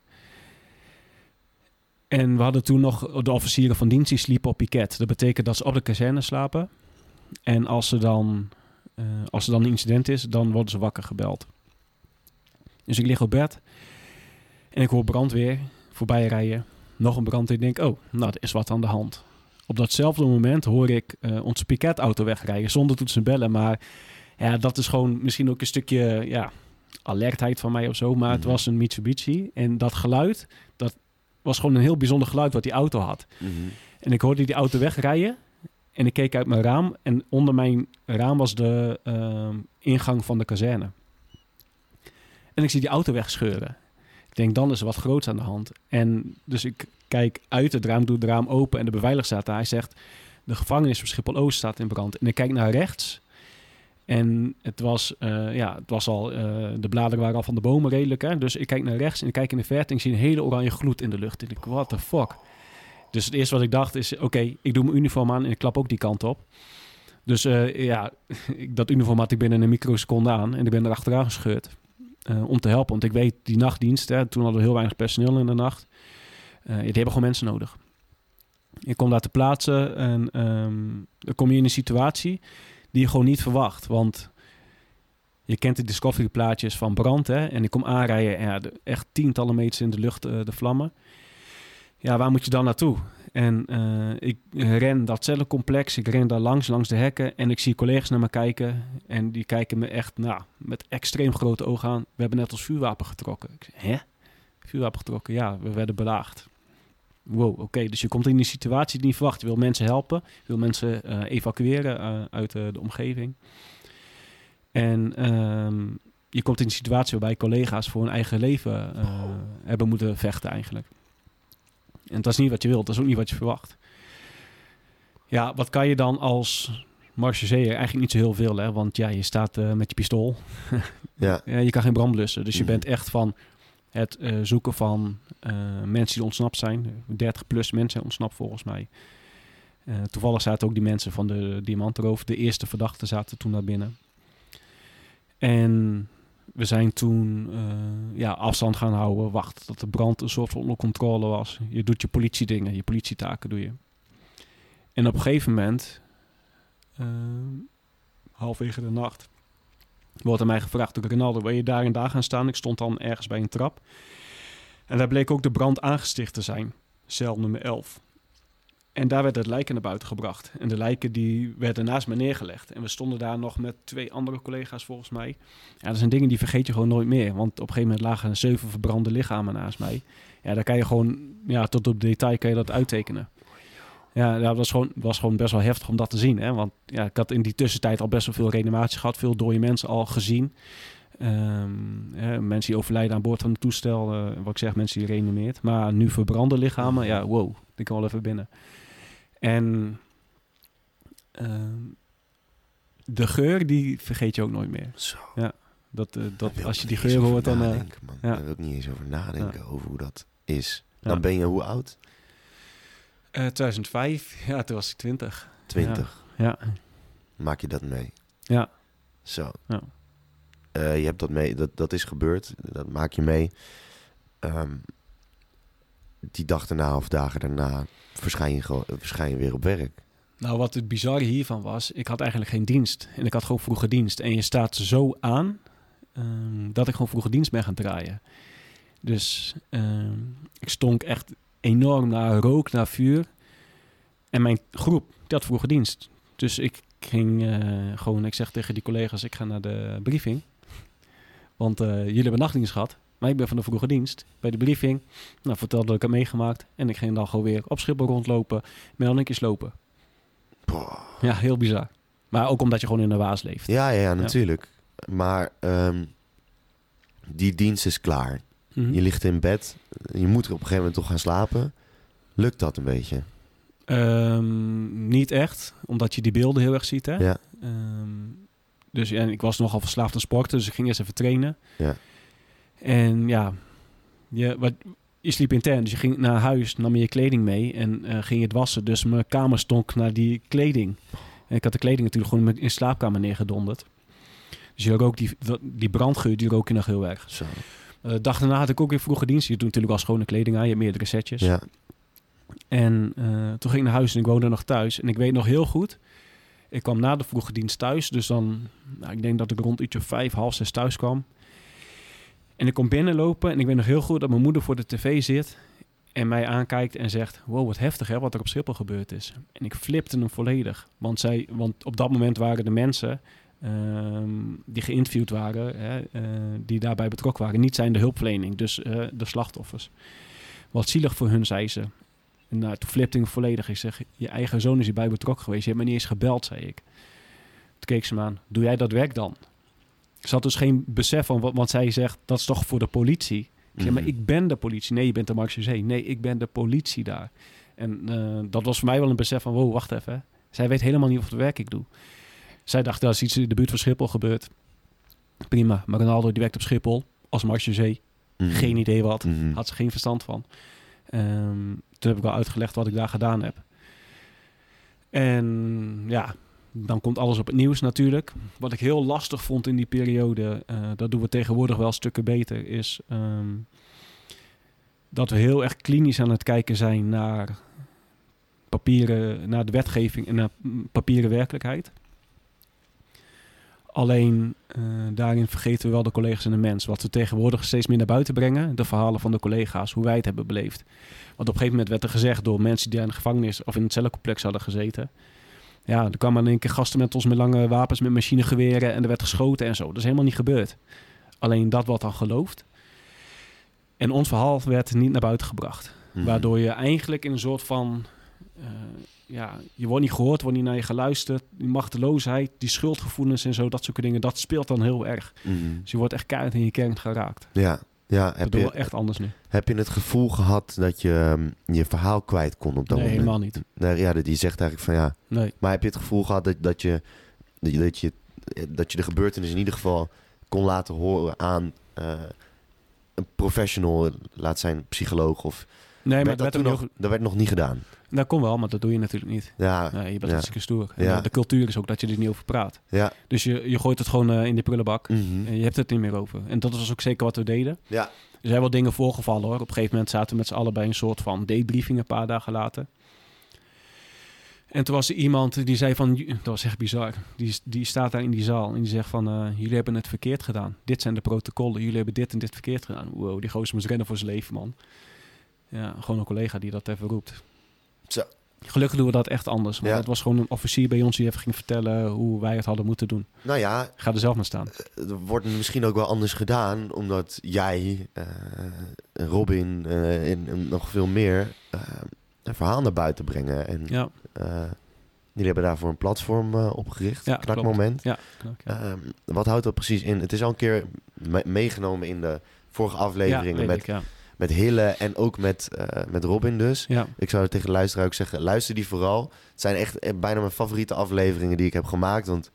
En we hadden toen nog de officieren van dienst die sliepen op piket. Dat betekent dat ze op de kazerne slapen. En als er dan een incident is, dan worden ze wakker gebeld. Dus ik lig op bed en ik hoor brandweer voorbij rijden. Nog een brandweer. Ik denk, er is wat aan de hand. Op datzelfde moment hoor ik onze piketauto wegrijden zonder toetsen en bellen. Maar ja, dat is gewoon misschien ook een stukje alertheid van mij of zo. Maar het was een Mitsubishi. En dat geluid, dat was gewoon een heel bijzonder geluid wat die auto had. Mm-hmm. En ik hoorde die auto wegrijden. En ik keek uit mijn raam. En onder mijn raam was de ingang van de kazerne. En ik zie die auto wegscheuren. Ik denk, dan is er wat groots aan de hand. En dus ik kijk uit het raam, doe het raam open en de beveiliger staat daar. Hij zegt, de gevangenis van Schiphol-Oost staat in brand. En ik kijk naar rechts. En het was al, de bladeren waren al van de bomen redelijk. Hè? Dus ik kijk naar rechts en ik kijk in de verte en ik zie een hele oranje gloed in de lucht. En ik denk, what the fuck? Dus het eerste wat ik dacht is, oké, ik doe mijn uniform aan en ik klap ook die kant op. Dus dat uniform had ik binnen een microseconde aan en ik ben er achteraan gescheurd. Om te helpen, want ik weet, die nachtdienst, toen hadden we heel weinig personeel in de nacht. Die hebben gewoon mensen nodig. Ik kom daar te plaatsen en dan kom je in een situatie die je gewoon niet verwacht. Want je kent de Discovery plaatjes van brand, hè? En ik kom aanrijden en echt tientallen meters in de lucht de vlammen. Ja, waar moet je dan naartoe? En ik ren dat cellencomplex, ik ren daar langs de hekken en ik zie collega's naar me kijken. En die kijken me echt met extreem grote ogen aan. We hebben net ons vuurwapen getrokken. Ik zeg, hè? Vuurwapen getrokken? Ja, we werden belaagd. Wow, oké. Dus je komt in die situatie die je niet verwacht. Je wil mensen helpen, je wil mensen evacueren uit de omgeving. En je komt in een situatie waarbij collega's voor hun eigen leven hebben moeten vechten eigenlijk. En dat is niet wat je wilt, dat is ook niet wat je verwacht. Ja, wat kan je dan als marechaussee? Eigenlijk niet zo heel veel, hè? Want ja, je staat met je pistool. Ja, je kan geen brand blussen. Dus je bent echt van het zoeken van mensen die ontsnapt zijn. 30 plus mensen zijn ontsnapt volgens mij. Toevallig zaten ook die mensen van de diamantroof. De eerste verdachten zaten toen daar binnen. En we zijn toen afstand gaan houden. Wachten tot de brand een soort van onder controle was. Je doet je politiedingen, je politietaken doe je. En op een gegeven moment, halverwege de nacht, wordt aan mij gevraagd door Ronaldo, wil je daar en daar gaan staan? Ik stond dan ergens bij een trap. En daar bleek ook de brand aangesticht te zijn. Cel nummer 11. En daar werd het lijken naar buiten gebracht. En de lijken die werden naast me neergelegd. En we stonden daar nog met 2 andere collega's volgens mij. Ja, dat zijn dingen die vergeet je gewoon nooit meer. Want op een gegeven moment lagen 7 verbrande lichamen naast mij. Ja, daar kan je gewoon, tot op detail kan je dat uittekenen. Ja, dat was gewoon best wel heftig om dat te zien. Hè? Want ja, ik had in die tussentijd al best wel veel reanimatie gehad. Veel dode mensen al gezien. Mensen die overlijden aan boord van het toestel. Wat ik zeg, mensen die reanimeert. Maar nu verbrande lichamen. Ja, wow. Die kan wel even binnen. En de geur, die vergeet je ook nooit meer. Zo. Ja, Dat als je die geur hoort, dan... Man. Daar wil ik niet eens over nadenken, over hoe dat is. Dan ben je hoe oud? 2005, ja, toen was ik 20. 20? Ja. Maak je dat mee? Ja. Zo. Ja. Je hebt dat mee, dat is gebeurd. Dat maak je mee. Die dag daarna of dagen daarna verschijn je weer op werk. Nou, wat het bizarre hiervan was, ik had eigenlijk geen dienst. En ik had gewoon vroege dienst. En je staat zo aan dat ik gewoon vroege dienst ben gaan draaien. Dus ik stonk echt enorm naar rook, naar vuur. En mijn groep, die had vroege dienst. Dus ik ging ik zeg tegen die collega's, ik ga naar de briefing. Want jullie hebben nachtdienst gehad. Maar ik ben van de vroege dienst. Bij de briefing, vertelde dat ik het meegemaakt. En ik ging dan gewoon weer op Schiphol rondlopen. Met dan een keer slopen. Boah. Ja, heel bizar. Maar ook omdat je gewoon in de waas leeft. Ja, natuurlijk. Maar die dienst is klaar. Mm-hmm. Je ligt in bed. Je moet er op een gegeven moment toch gaan slapen. Lukt dat een beetje? Niet echt. Omdat je die beelden heel erg ziet. Hè? Ja. Dus ik was nogal verslaafd aan sporten. Dus ik ging eerst even trainen. Ja. En ja, je sliep intern. Dus je ging naar huis, nam je je kleding mee en ging je het wassen. Dus mijn kamer stonk naar die kleding. En ik had de kleding natuurlijk gewoon in de slaapkamer neergedonderd. Dus je rook die brandgeur, die rook je nog heel erg. Zo. Dag daarna had ik ook weer vroege dienst. Je doet natuurlijk al schone kleding aan. Je hebt meerdere setjes. Ja. En toen ging ik naar huis en ik woonde nog thuis. En ik weet nog heel goed, ik kwam na de vroege dienst thuis. Dus dan, ik denk dat ik rond uurtje 5, half 6 thuis kwam. En ik kom binnenlopen en ik weet nog heel goed dat mijn moeder voor de tv zit en mij aankijkt en zegt, wow, wat heftig hè, wat er op Schiphol gebeurd is. En ik flipte hem volledig. Want op dat moment waren de mensen die geïnterviewd waren, die daarbij betrokken waren, niet zijn de hulpverlening, dus de slachtoffers. Wat zielig voor hun, zei ze. En toen flipte ik volledig. Ik zeg, je eigen zoon is hierbij betrokken geweest. Je hebt me niet eens gebeld, zei ik. Toen keek ze me aan. Doe jij dat werk dan? Ze had dus geen besef van, want zij zegt, dat is toch voor de politie? Ik zeg, maar ik ben de politie. Nee, je bent de Marseillais. Nee, ik ben de politie daar. En dat was voor mij wel een besef van, wow, wacht even. Hè. Zij weet helemaal niet of het werk ik doe. Zij dacht, dat is iets in de buurt van Schiphol gebeurd. Prima. Maar Ronaldo, die werkt op Schiphol als Marseillais. Geen idee wat. Had ze geen verstand van. Toen heb ik wel uitgelegd wat ik daar gedaan heb. En ja, dan komt alles op het nieuws natuurlijk. Wat ik heel lastig vond in die periode, dat doen we tegenwoordig wel stukken beter, is dat we heel erg klinisch aan het kijken zijn naar papieren, naar de wetgeving en naar papieren werkelijkheid. Alleen daarin vergeten we wel de collega's en de mens. Wat we tegenwoordig steeds meer naar buiten brengen. De verhalen van de collega's, hoe wij het hebben beleefd. Want op een gegeven moment werd er gezegd door mensen die in de gevangenis of in het cellencomplex hadden gezeten. Ja, er kwamen in één keer gasten met ons met lange wapens, met machinegeweren en er werd geschoten en zo. Dat is helemaal niet gebeurd. Alleen dat wordt dan geloofd. En ons verhaal werd niet naar buiten gebracht. Waardoor je eigenlijk in een soort van... je wordt niet gehoord, wordt niet naar je geluisterd. Die machteloosheid, die schuldgevoelens en zo, dat soort dingen, dat speelt dan heel erg. Dus je wordt echt keihard in je kern geraakt. Ja. Dat doen we echt anders nu. Heb je het gevoel gehad dat je je verhaal kwijt kon op dat moment? Nee, helemaal niet. Nee, ja, die zegt eigenlijk van ja. Nee. Maar heb je het gevoel gehad dat je de gebeurtenis in ieder geval kon laten horen aan een professional, laat zijn psycholoog of... Nee, maar dat werd nog niet gedaan. Dat kon wel, maar dat doe je natuurlijk niet. Ja, nee, je bent hartstikke stoer. Ja. De cultuur is ook dat je er niet over praat. Ja. Dus je gooit het gewoon in de prullenbak. En je hebt het niet meer over. En dat was ook zeker wat we deden. Ja. Er zijn wel dingen voorgevallen hoor. Op een gegeven moment zaten we met z'n allen bij een soort van debriefing een paar dagen later. En toen was er iemand die zei van... Dat was echt bizar. Die staat daar in die zaal en die zegt van... jullie hebben het verkeerd gedaan. Dit zijn de protocollen. Jullie hebben dit en dit verkeerd gedaan. Wow, die gozer moest rennen voor zijn leven, man. Ja, gewoon een collega die dat even roept. Zo. Gelukkig doen we dat echt anders. Want het was gewoon een officier bij ons die even ging vertellen hoe wij het hadden moeten doen. Nou ja... Ga er zelf maar staan. Er wordt misschien ook wel anders gedaan, omdat jij, Robin en nog veel meer een verhaal naar buiten brengen. En jullie hebben daarvoor een platform opgericht, Knakmoment. Ja, Knak, ja. Wat houdt dat precies in? Het is al een keer meegenomen in de vorige afleveringen met Hille en ook met Robin dus. Ja. Ik zou tegen de luisteraar ook zeggen, luister die vooral. Het zijn echt bijna mijn favoriete afleveringen die ik heb gemaakt. Want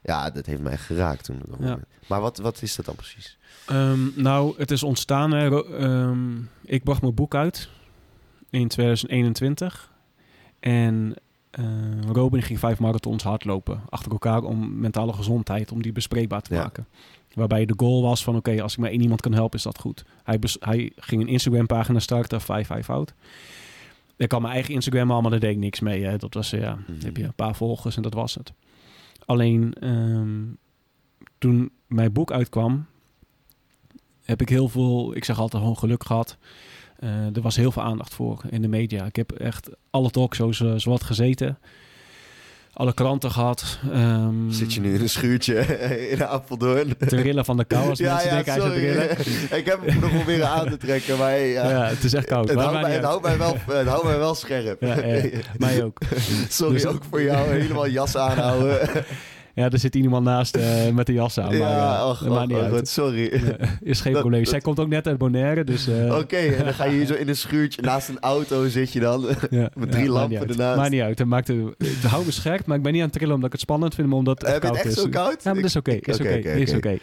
Ja, dat heeft mij echt geraakt toen. Ja. Maar wat is dat dan precies? Nou, het is ontstaan. Ik bracht mijn boek uit in 2021. En Robin ging 5 marathons hardlopen achter elkaar om mentale gezondheid, om die bespreekbaar te maken. Waarbij de goal was van oké, als ik maar 1 iemand kan helpen, is dat goed. Hij ging een Instagram-pagina starten, 5 oud. Ik had mijn eigen Instagram al, maar daar deed ik niks mee. Hè. Dat was, heb je een paar volgers en dat was het. Alleen, toen mijn boek uitkwam, heb ik heel veel, ik zeg altijd gewoon geluk gehad. Er was heel veel aandacht voor in de media. Ik heb echt alle talkshows zowat gezeten. Alle kranten gehad. Zit je nu in een schuurtje in Apeldoorn? Te rillen van de kou als mensen denken hij zit te rillen. Ik heb hem nog proberen aan te trekken, maar het is echt koud. Het houdt mij wel scherp. Ja, mij ook. Sorry, dus, ook voor jou. Helemaal jas aanhouden. Ja, er zit iemand naast met de jas aan. Maar niet uit. Sorry. Is geen probleem. Zij komt ook net uit Bonaire, dus... Oké, en dan ga je hier zo in een schuurtje naast een auto zit je dan. Met 3 lampen ernaast. Maakt niet uit. Het houdt me scherp, maar ik ben niet aan het trillen omdat ik het spannend vind, maar omdat het koud is. Heb je het echt zo koud? Ja, maar dat is oké. Is oké.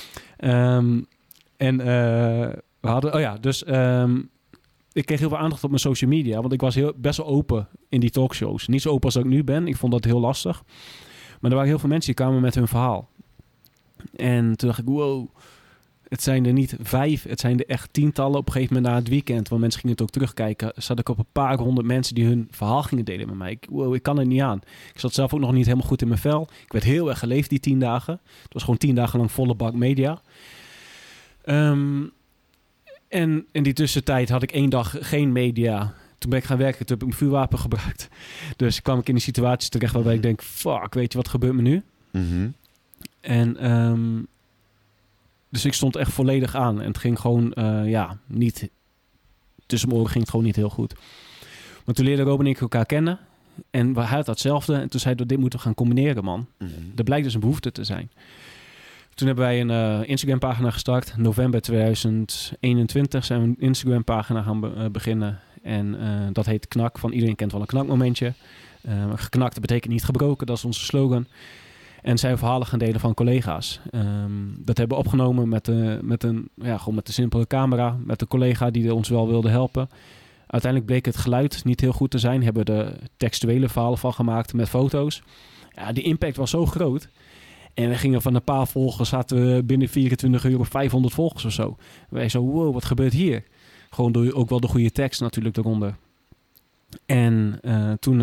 En we hadden... ik kreeg heel veel aandacht op mijn social media, want ik was best wel open in die talkshows. Niet zo open als ik nu ben. Ik vond dat heel lastig. Maar er waren heel veel mensen die kwamen met hun verhaal. En toen dacht ik, wow, het zijn er niet 5, het zijn er echt tientallen. Op een gegeven moment na het weekend, want mensen gingen het ook terugkijken, zat ik op een paar 100 mensen die hun verhaal gingen delen met mij. Ik kan er niet aan. Ik zat zelf ook nog niet helemaal goed in mijn vel. Ik werd heel erg geleefd die 10 dagen. Het was gewoon 10 dagen lang volle bak media. En in die tussentijd had ik 1 dag geen media. Toen ben ik gaan werken, toen heb ik mijn vuurwapen gebruikt. Dus kwam ik in die situatie terecht waarbij ik denk, fuck, weet je wat gebeurt me nu? Mm-hmm. En dus ik stond echt volledig aan. En het ging gewoon, niet... Tussen mijn oren ging het gewoon niet heel goed. Maar toen leerden Robin en ik elkaar kennen. En hij had datzelfde. En toen zei hij, dit moeten we gaan combineren, man. Mm-hmm. Er blijkt dus een behoefte te zijn. Toen hebben wij een Instagram-pagina gestart. November 2021 zijn we een Instagram-pagina gaan beginnen. En dat heet Knak. Van iedereen kent wel een knakmomentje. Geknakt betekent niet gebroken. Dat is onze slogan. En zijn verhalen gaan delen van collega's. Dat hebben we opgenomen met de simpele camera. Met de collega die ons wel wilde helpen. Uiteindelijk bleek het geluid niet heel goed te zijn. Hebben we er textuele verhalen van gemaakt met foto's. Ja, die impact was zo groot. En we gingen van een paar volgers, zaten we binnen 24 uur op 500 volgers of zo. Wij zo, wow, wat gebeurt hier? Gewoon ook wel de goede tekst natuurlijk eronder. En toen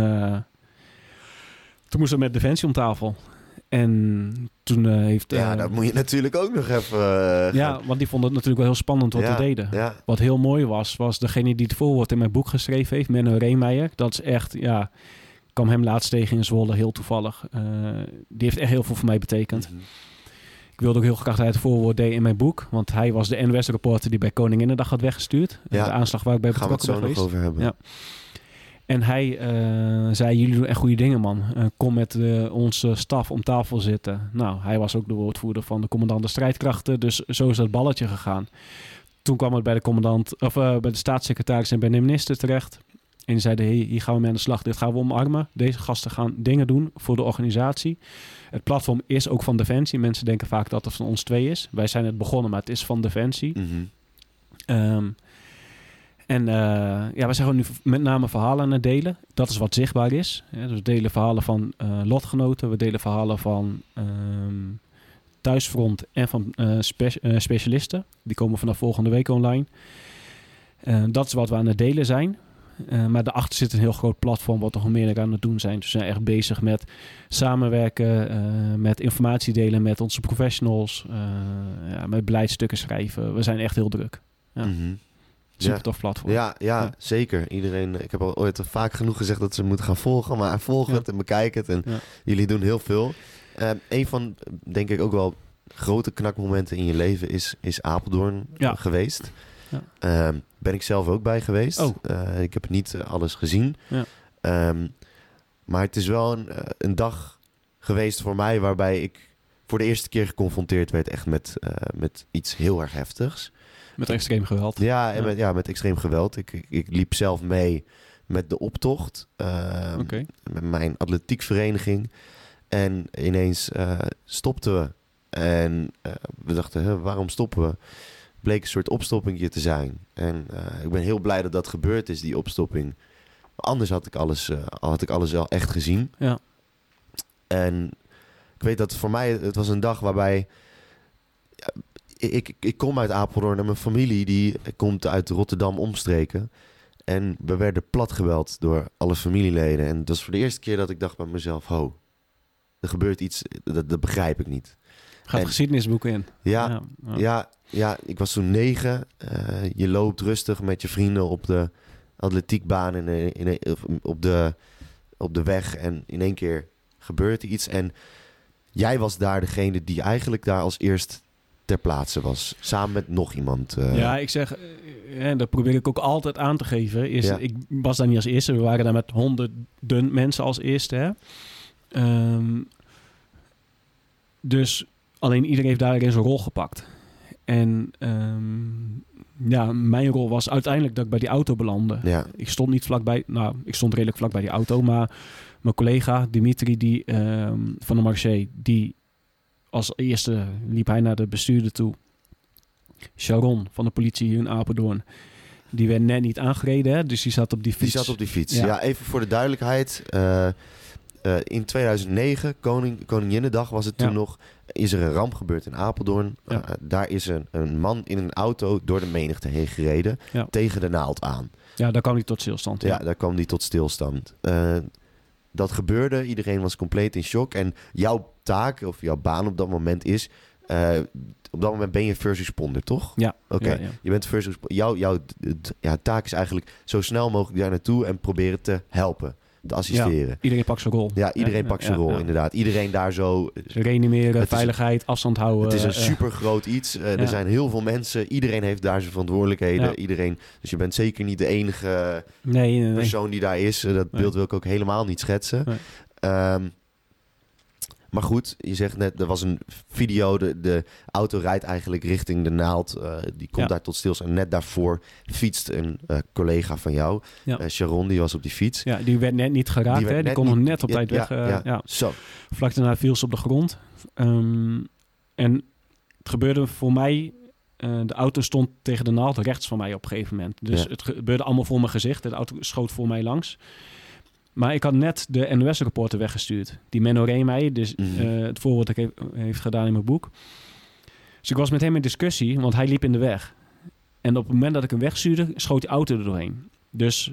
moesten we met Defensie om tafel. En toen heeft... dat moet je natuurlijk ook nog even... Ja, want die vonden het natuurlijk wel heel spannend wat we deden. Ja. Wat heel mooi was degene die het voorwoord in mijn boek geschreven heeft, Menno Reemeijer. Dat is echt, ik kwam hem laatst tegen in Zwolle, heel toevallig. Die heeft echt heel veel voor mij betekend. Mm-hmm. Ik wilde ook heel graag dat hij het voorwoord deed in mijn boek. Want hij was de NOS-reporter die bij Koninginnedag had weggestuurd. Ja. De aanslag waar ik bij betrokken ben geweest. Gaan we het zo nog over hebben. Ja. En hij zei, jullie doen echt goede dingen, man. Kom met onze staf om tafel zitten. Nou, hij was ook de woordvoerder van de commandant de strijdkrachten. Dus zo is dat balletje gegaan. Toen kwam het bij de commandant, of bij de staatssecretaris en bij de minister terecht. En die zeiden, hey, hier gaan we mee aan de slag. Dit gaan we omarmen. Deze gasten gaan dingen doen voor de organisatie. Het platform is ook van Defensie. Mensen denken vaak dat het van ons 2 is. Wij zijn het begonnen, maar het is van Defensie. Mm-hmm. We zijn gewoon nu met name verhalen aan het delen. Dat is wat zichtbaar is. Dus we delen verhalen van lotgenoten. We delen verhalen van thuisfront en van specialisten. Die komen vanaf volgende week online. Dat is wat we aan het delen zijn. Maar daarachter zit een heel groot platform wat we nog meer aan het doen zijn. Dus we zijn echt bezig met samenwerken, met informatie delen met onze professionals, met beleidsstukken schrijven. We zijn echt heel druk. Ja. Mm-hmm. Super tof platform. Ja, zeker. Iedereen, ik heb al ooit vaak genoeg gezegd dat ze moeten gaan volgen, maar volg het en bekijk het. En jullie doen heel veel. Een van, denk ik, ook wel grote knakmomenten in je leven is Apeldoorn geweest. Ja. Ben ik zelf ook bij geweest. Oh. Ik heb niet alles gezien. Ja. Maar het is wel een dag geweest voor mij waarbij ik voor de eerste keer geconfronteerd werd echt met iets heel erg heftigs. Met extreem geweld. Met extreem geweld. Ik liep zelf mee met de optocht. Met mijn atletiekvereniging. En ineens stopten we. En we dachten, waarom stoppen we? Bleek een soort opstoppingje te zijn. En ik ben heel blij dat dat gebeurd is, die opstopping. Anders had ik alles al echt gezien. Ja. En ik weet dat voor mij, het was een dag waarbij... Ik kom uit Apeldoorn en mijn familie die komt uit Rotterdam omstreken. En we werden platgebeld door alle familieleden. En dat was voor de eerste keer dat ik dacht bij mezelf... er gebeurt iets, dat begrijp ik niet. Gaat geschiedenisboeken in. Ja, ik was toen 9. Je loopt rustig met je vrienden op de atletiekbaan op de weg. En in één keer gebeurt er iets. En jij was daar degene die eigenlijk daar als eerst ter plaatse was. Samen met nog iemand. Ja, ik zeg, dat probeer ik ook altijd aan te geven. Ik was daar niet als eerste. We waren daar met honderden mensen als eerste. Hè? Dus alleen iedereen heeft daarin zijn rol gepakt. En mijn rol was uiteindelijk dat ik bij die auto belandde. Ja. Ik stond niet vlakbij, ik stond redelijk vlak bij die auto, maar mijn collega Dimitri van de Marché, die als eerste liep hij naar de bestuurder toe. Sharon van de politie hier in Apeldoorn. Die werd net niet aangereden, hè? Dus die zat op die fiets. Ja, even voor de duidelijkheid. In 2009, Koninginnedag was het toen nog, is er een ramp gebeurd in Apeldoorn. Ja. Daar is een man in een auto door de menigte heen gereden, tegen de naald aan. Ja, daar kwam hij tot stilstand. Ja, daar kwam hij tot stilstand. Dat gebeurde, iedereen was compleet in shock. En jouw taak, of jouw baan op dat moment is... op dat moment ben je first responder, toch? Ja. Oké. Ja. Je bent first responder. Jouw taak is eigenlijk zo snel mogelijk daar naartoe en proberen te helpen. Te assisteren. Ja, iedereen pakt zijn rol. Ja, iedereen pakt zijn rol, inderdaad. Iedereen daar zo... Reanimeren, veiligheid, afstand houden. Het is een super groot iets. Er zijn heel veel mensen. Iedereen heeft daar zijn verantwoordelijkheden. Ja. Iedereen, dus je bent zeker niet de enige nee. persoon die daar is. Dat beeld wil ik ook helemaal niet schetsen. Nee. Maar goed, je zegt net, er was een video. De auto rijdt eigenlijk richting de naald. Die komt daar tot stilstand. En net daarvoor fietst een collega van jou. Sharon, die was op die fiets. Ja, die werd net niet geraakt. Die kon nog net op tijd weg. Zo. Vlak daarna viel ze op de grond. En het gebeurde voor mij... de auto stond tegen de naald rechts van mij op een gegeven moment. Dus het gebeurde allemaal voor mijn gezicht. De auto schoot voor mij langs. Maar ik had net de NOS-reporter weggestuurd. Die Menno Reemeijer, dus het voorwoord dat ik heeft gedaan in mijn boek. Dus ik was met hem in discussie, want hij liep in de weg. En op het moment dat ik hem wegstuurde, schoot die auto er doorheen. Dus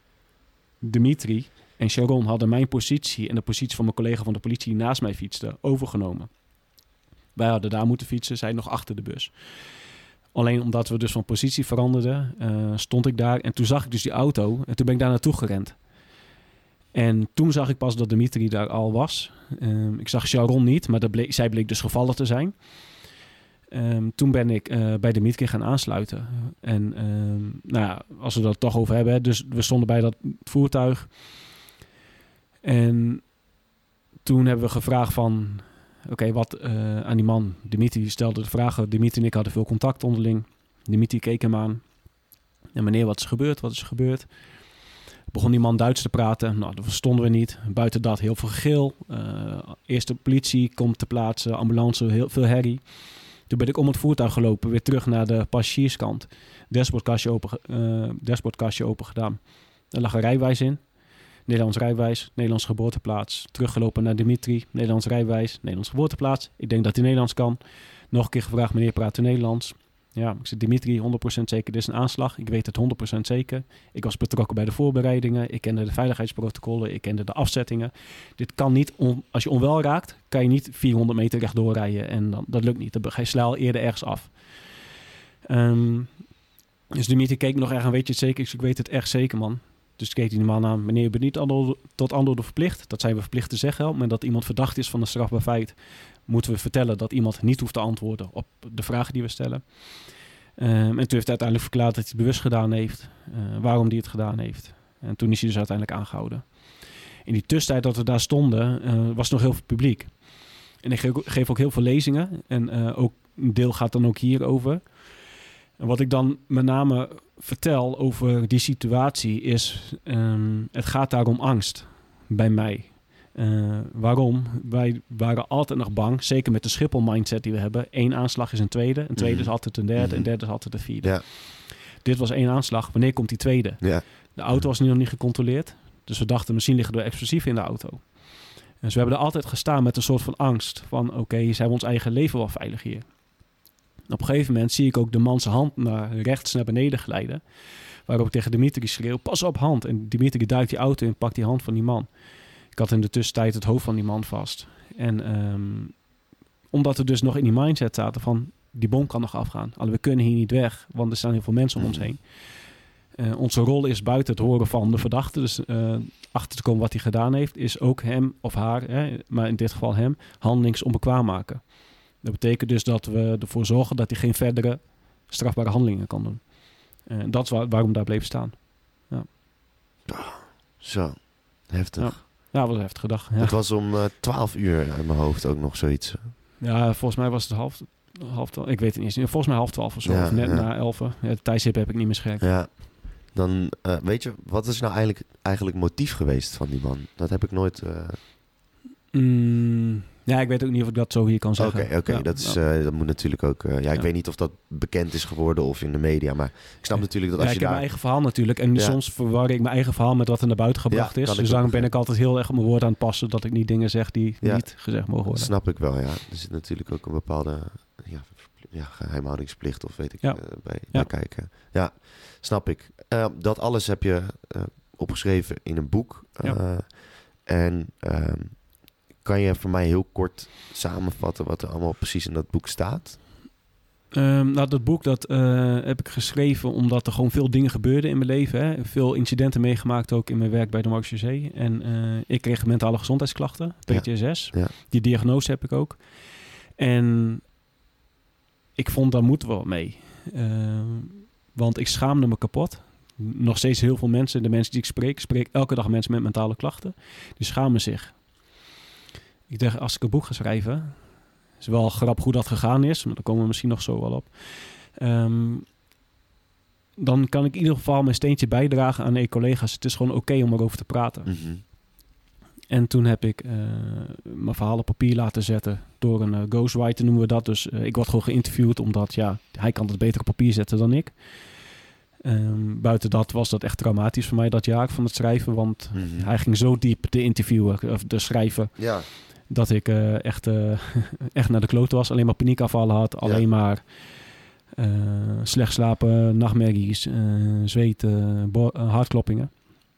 Dimitri en Sharon hadden mijn positie en de positie van mijn collega van de politie die naast mij fietste overgenomen. Wij hadden daar moeten fietsen, zij nog achter de bus. Alleen omdat we dus van positie veranderden, stond ik daar. En toen zag ik dus die auto en toen ben ik daar naartoe gerend. En toen zag ik pas dat Dimitri daar al was. Ik zag Sharon niet, maar zij bleek dus gevallen te zijn. Toen ben ik bij Dimitri gaan aansluiten. En als we dat toch over hebben. Hè, dus we stonden bij dat voertuig. En toen hebben we gevraagd van... Oké, wat aan die man. Dimitri stelde de vragen. Dimitri en ik hadden veel contact onderling. Dimitri keek hem aan. En meneer, wat is gebeurd? Wat is gebeurd? Begon die man Duits te praten. Nou, dat verstonden we niet. Buiten dat heel veel gegil. Eerst de politie komt te plaatsen. Ambulance, heel veel herrie. Toen ben ik om het voertuig gelopen. Weer terug naar de passagierskant. Dashboardkastje open gedaan. Er lag een rijbewijs in. Nederlands rijbewijs. Nederlands geboorteplaats. Teruggelopen naar Dimitri. Nederlands rijbewijs. Nederlands geboorteplaats. Ik denk dat hij Nederlands kan. Nog een keer gevraagd, meneer, praat u Nederlands? Ja, ik zei, Dimitri, 100% zeker, dit is een aanslag. Ik weet het 100% zeker. Ik was betrokken bij de voorbereidingen. Ik kende de veiligheidsprotocollen. Ik kende de afzettingen. Dit kan niet, als je onwel raakt, kan je niet 400 meter rechtdoor rijden. En dat lukt niet. Dan ga je snel eerder ergens af. Dus Dimitri keek nog erg aan, weet je het zeker? Ik weet het echt zeker, man. Dus keek die man aan, meneer, u bent niet tot antwoorden verplicht. Dat zijn we verplicht te zeggen. Op het moment dat iemand verdacht is van een strafbaar feit, moeten we vertellen dat iemand niet hoeft te antwoorden op de vragen die we stellen. En toen heeft hij uiteindelijk verklaard dat hij het bewust gedaan heeft. Waarom hij het gedaan heeft. En toen is hij dus uiteindelijk aangehouden. In die tussentijd dat we daar stonden, was nog heel veel publiek. En ik geef ook heel veel lezingen. En ook een deel gaat dan ook hierover. En wat ik dan met name vertel over die situatie is... het gaat daar om angst bij mij. Waarom? Wij waren altijd nog bang, zeker met de Schiphol-mindset die we hebben. 1 aanslag is een tweede is altijd een derde, een derde is altijd een vierde. Ja. Dit was 1 aanslag, wanneer komt die tweede? Ja. De auto was nu nog niet gecontroleerd, dus we dachten misschien liggen er explosieven in de auto. Dus we hebben er altijd gestaan met een soort van angst van oké, zijn we ons eigen leven wel veilig hier? Op een gegeven moment zie ik ook de man zijn hand naar rechts naar beneden glijden, waarop ik tegen Dimitri schreeuw, pas op hand. En Dimitri duikt die auto in en pakt die hand van die man. Ik had in de tussentijd het hoofd van die man vast. En omdat we dus nog in die mindset zaten van die bom kan nog afgaan. Alleen we kunnen hier niet weg, want er staan heel veel mensen om ons heen. Onze rol is buiten het horen van de verdachte. Dus achter te komen wat hij gedaan heeft, is ook hem of haar, maar in dit geval hem, handelingsonbekwaam maken. Dat betekent dus dat we ervoor zorgen dat hij geen verdere strafbare handelingen kan doen. Dat is waarom we daar bleef staan. Ja. Zo, heftig. Ja, dat was een heftige dag. Ja. Het was om 12 uur uit mijn hoofd ook nog zoiets. Ja, volgens mij was het half 12. Ik weet het niet. Volgens mij 11:30 of zo. Ja, of net ja. na 11. Ja, de tijdstip heb ik niet meer scherp. Ja, dan weet je, wat is nou eigenlijk motief geweest van die man? Dat heb ik nooit... Ja, ik weet ook niet of ik dat zo hier kan zeggen. Oké, Ja, dat moet natuurlijk ook... ik weet niet of dat bekend is geworden of in de media, maar ik snap natuurlijk dat als je ik heb daar... mijn eigen verhaal natuurlijk. En soms verwar ik mijn eigen verhaal met wat er naar buiten gebracht is. Dus daarom ben ik altijd heel erg op mijn woord aan het passen, dat ik niet dingen zeg die niet gezegd mogen worden. Dat snap ik wel, ja. Er zit natuurlijk ook een bepaalde geheimhoudingsplicht of weet ik bij kijken. Ja, snap ik. Dat alles heb je opgeschreven in een boek. En kan je voor mij heel kort samenvatten wat er allemaal precies in dat boek staat? Dat boek heb ik geschreven omdat er gewoon veel dingen gebeurden in mijn leven. Hè. Veel incidenten meegemaakt ook in mijn werk bij de Marechaussee. En ik kreeg mentale gezondheidsklachten, PTSS. Ja. Die diagnose heb ik ook. En ik vond, daar moeten we wat mee. Want ik schaamde me kapot. Nog steeds heel veel mensen, de mensen die ik spreek elke dag mensen met mentale klachten. Die schamen zich. Ik dacht, als ik een boek ga schrijven, is wel grappig hoe dat gegaan is, maar daar komen we misschien nog zo wel op. Dan kan ik in ieder geval mijn steentje bijdragen aan collega's. Het is gewoon oké om erover te praten. Mm-hmm. En toen heb ik mijn verhaal op papier laten zetten door een ghostwriter, noemen we dat. Dus ik word gewoon geïnterviewd, omdat hij kan het beter op papier zetten dan ik. Buiten dat was dat echt traumatisch voor mij dat jaar van het schrijven, want hij ging zo diep te interviewen, of te schrijven, dat ik echt naar de klote was. Alleen maar paniekaanvallen had, alleen maar slecht slapen, nachtmerries, zweten, hartkloppingen.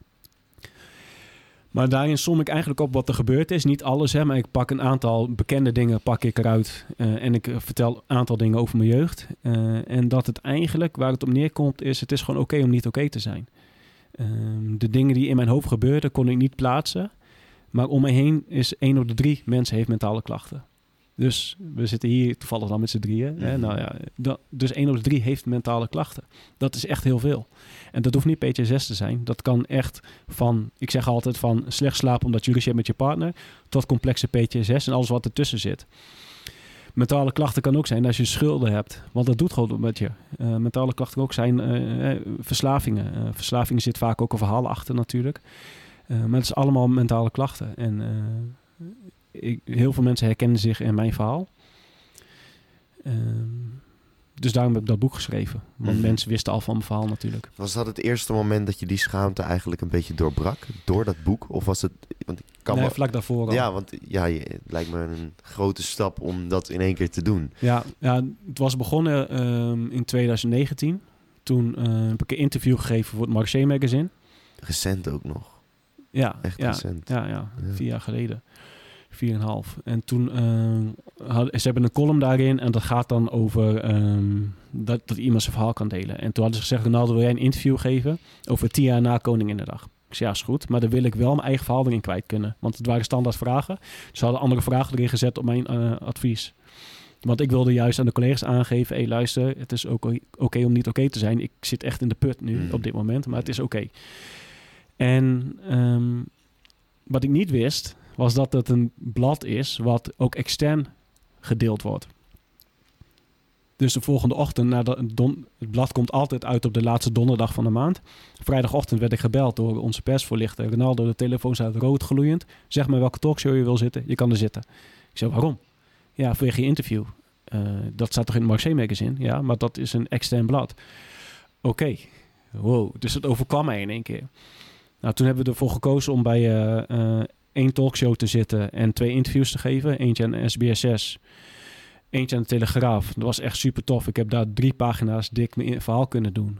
Maar daarin som ik eigenlijk op wat er gebeurd is. Niet alles, maar ik pak een aantal bekende dingen eruit. En ik vertel een aantal dingen over mijn jeugd. En dat het eigenlijk, waar het op neerkomt, is het is gewoon oké om niet oké te zijn. De dingen die in mijn hoofd gebeurden, kon ik niet plaatsen. Maar om me heen is 1 op de 3 mensen heeft mentale klachten. Dus we zitten hier toevallig dan met z'n drieën. Mm-hmm. Hè? Dus 1 op de 3 heeft mentale klachten. Dat is echt heel veel. En dat hoeft niet PTSS te zijn. Dat kan echt van, ik zeg altijd van slecht slapen omdat je ruzie hebt met je partner, tot complexe PTSS en alles wat ertussen zit. Mentale klachten kan ook zijn als je schulden hebt. Want dat doet gewoon met je. Mentale klachten kan ook zijn verslavingen. Verslavingen zit vaak ook een verhaal achter natuurlijk. Maar het is allemaal mentale klachten. En heel veel mensen herkennen zich in mijn verhaal. Dus daarom heb ik dat boek geschreven. Want mensen wisten al van mijn verhaal natuurlijk. Was dat het eerste moment dat je die schaamte eigenlijk een beetje doorbrak? Door dat boek? Of was het... Want ik kan vlak daarvoor al. Ja, want het lijkt me een grote stap om dat in één keer te doen. Ja, het was begonnen in 2019. Toen heb ik een interview gegeven voor het Marché magazine. Recent ook nog. Ja, echt recent. Ja, 4 jaar geleden. 4,5. En toen ze hebben een column daarin en dat gaat dan over dat iemand zijn verhaal kan delen. En toen hadden ze gezegd, Ronaldo, wil jij een interview geven over 10 jaar na Koninginnedag? Ik zei, ja, is goed, maar dan wil ik wel mijn eigen verhaal erin kwijt kunnen. Want het waren standaard vragen. Ze hadden andere vragen erin gezet op mijn advies. Want ik wilde juist aan de collega's aangeven, hey, luister, het is ook oké om niet oké te zijn. Ik zit echt in de put nu op dit moment, maar het is oké. En wat ik niet wist, was dat het een blad is wat ook extern gedeeld wordt. Dus de volgende ochtend, het blad komt altijd uit op de laatste donderdag van de maand. Vrijdagochtend werd ik gebeld door onze persvoorlichter. Ronaldo, de telefoon staat rood gloeiend. Zeg maar welke talkshow je wil zitten. Je kan er zitten. Ik zei, waarom? Ja, vanwege je interview. Dat staat toch in het Marseille Magazine? Ja, maar dat is een extern blad. Oké. Wow, dus het overkwam mij in één keer. Nou, toen hebben we ervoor gekozen om bij 1 talkshow te zitten en 2 interviews te geven. Eentje aan SBS6, eentje aan de Telegraaf. Dat was echt super tof. Ik heb daar 3 pagina's dik mijn verhaal kunnen doen.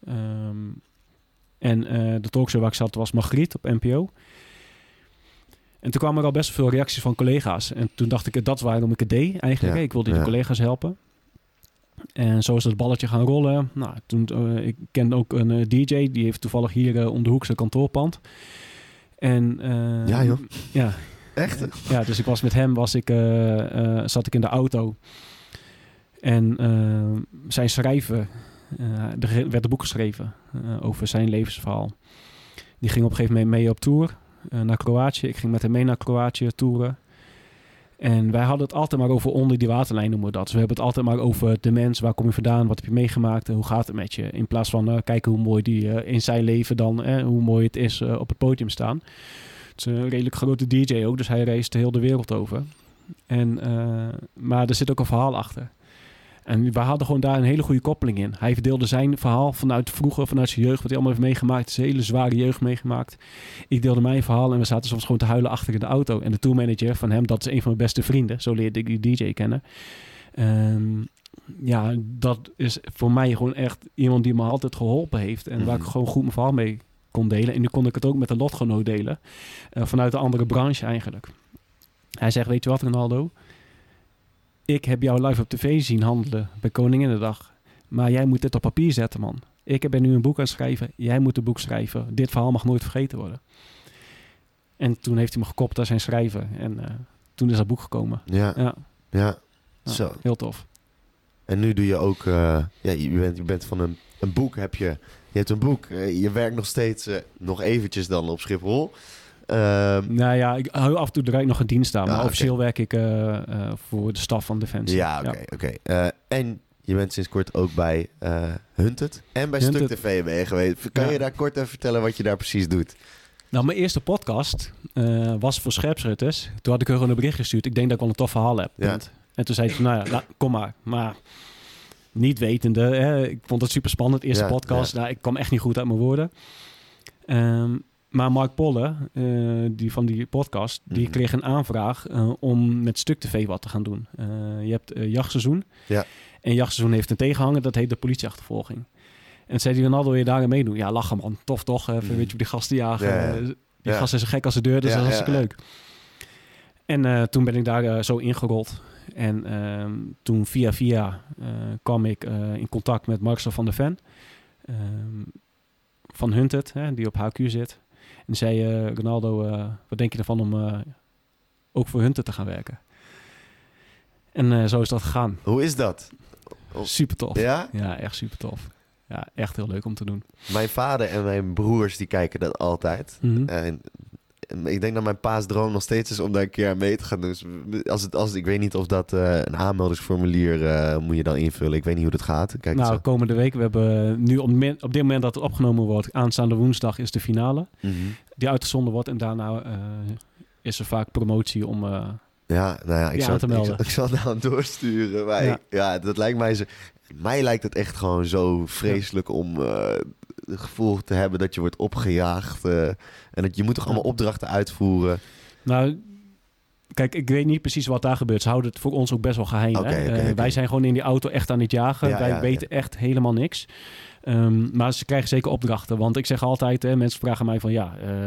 De talkshow waar ik zat was Margriet op NPO. En toen kwamen er al best veel reacties van collega's. En toen dacht ik, dat is waarom ik het deed eigenlijk. Ik wilde de collega's helpen. En zo is het balletje gaan rollen. Nou, ik kende ook een DJ, die heeft toevallig hier om de hoek zijn kantoorpand. En, ja, joh. Ja. Echt? Ja, dus ik was met hem, zat ik in de auto. En zijn schrijven, er werd een boek geschreven over zijn levensverhaal. Die ging op een gegeven moment mee op tour naar Kroatië. Ik ging met hem mee naar Kroatië toeren. En wij hadden het altijd maar over onder die waterlijn, noemen we dat. Dus we hebben het altijd maar over de mens, waar kom je vandaan, wat heb je meegemaakt en hoe gaat het met je. In plaats van kijken hoe mooi die in zijn leven dan, hoe mooi het is op het podium staan. Het is een redelijk grote DJ ook, dus hij reist heel de wereld over. Maar er zit ook een verhaal achter. En we hadden gewoon daar een hele goede koppeling in. Hij verdeelde zijn verhaal vanuit vroeger, vanuit zijn jeugd, wat hij allemaal heeft meegemaakt. Zijn hele zware jeugd meegemaakt. Ik deelde mijn verhaal en we zaten soms gewoon te huilen achter in de auto. En de tourmanager van hem, dat is een van mijn beste vrienden. Zo leerde ik die DJ kennen. Dat is voor mij gewoon echt iemand die me altijd geholpen heeft. En waar ik gewoon goed mijn verhaal mee kon delen. En nu kon ik het ook met een lotgenoot delen. Vanuit een andere branche eigenlijk. Hij zegt, weet je wat Ronaldo? Ik heb jou live op tv zien handelen bij Koninginnedag. Maar jij moet dit op papier zetten, man. Ik ben nu een boek aan het schrijven. Jij moet een boek schrijven. Dit verhaal mag nooit vergeten worden. En toen heeft hij me gekoppeld aan zijn schrijven. En toen is dat boek gekomen. Ja. Zo. Heel tof. En nu doe je ook... je bent van een boek. Je hebt een boek. Je werkt nog steeds nog eventjes dan op Schiphol. Ik hou af en toe nog een dienst aan. Maar officieel werk ik voor de staf van Defensie. Ja, oké. En je bent sinds kort ook bij Hunted. En bij Stuk TV ben je geweest. Kan je daar kort even vertellen wat je daar precies doet? Nou, mijn eerste podcast was voor Scherpschutters. Toen had ik er een bericht gestuurd. Ik denk dat ik wel een tof verhaal heb. Ja. En toen zei hij, kom maar. Maar niet wetende. Ik vond het super spannend. Eerste podcast. Nou, ik kwam echt niet goed uit mijn woorden. Maar Mark Polle, die van die podcast, die kreeg een aanvraag om met Stuk TV wat te gaan doen. Je hebt jachtseizoen. Ja. En jachtseizoen heeft een tegenhanger, dat heet de politieachtervolging. En zei die Ronaldo, wil je daarin meedoen? Ja, lachen man, tof toch? Weet je, op die gasten jagen. Die gasten is zo gek als de deur, dus dat is hartstikke leuk. En toen ben ik daar zo ingerold. En toen via kwam ik in contact met Marcel van der Ven. Van Hunted, die op HQ zit. En zei, Ronaldo, wat denk je ervan om ook voor Hunted te gaan werken? En zo is dat gegaan. Hoe is dat? Super tof. Ja? Ja, echt super tof. Ja, echt heel leuk om te doen. Mijn vader en mijn broers, die kijken dat altijd. Mm-hmm. En ik denk dat mijn pa's droom nog steeds is om daar een keer aan mee te gaan doen. Dus ik weet niet of dat een aanmeldingsformulier moet je dan invullen. Ik weet niet hoe dat gaat. Kijk komende week. We hebben nu op dit moment dat het opgenomen wordt, aanstaande woensdag is de finale. Mm-hmm. Die uitgezonden wordt. En daarna is er vaak promotie om ik zal het nou doorsturen. Maar dat lijkt mij zo... Mij lijkt het echt gewoon zo vreselijk om het gevoel te hebben dat je wordt opgejaagd. En dat je moet toch allemaal opdrachten uitvoeren. Nou, kijk, ik weet niet precies wat daar gebeurt. Ze houden het voor ons ook best wel geheim. Okay. Wij zijn gewoon in die auto echt aan het jagen. Wij weten echt helemaal niks. Maar ze krijgen zeker opdrachten. Want ik zeg altijd, mensen vragen mij van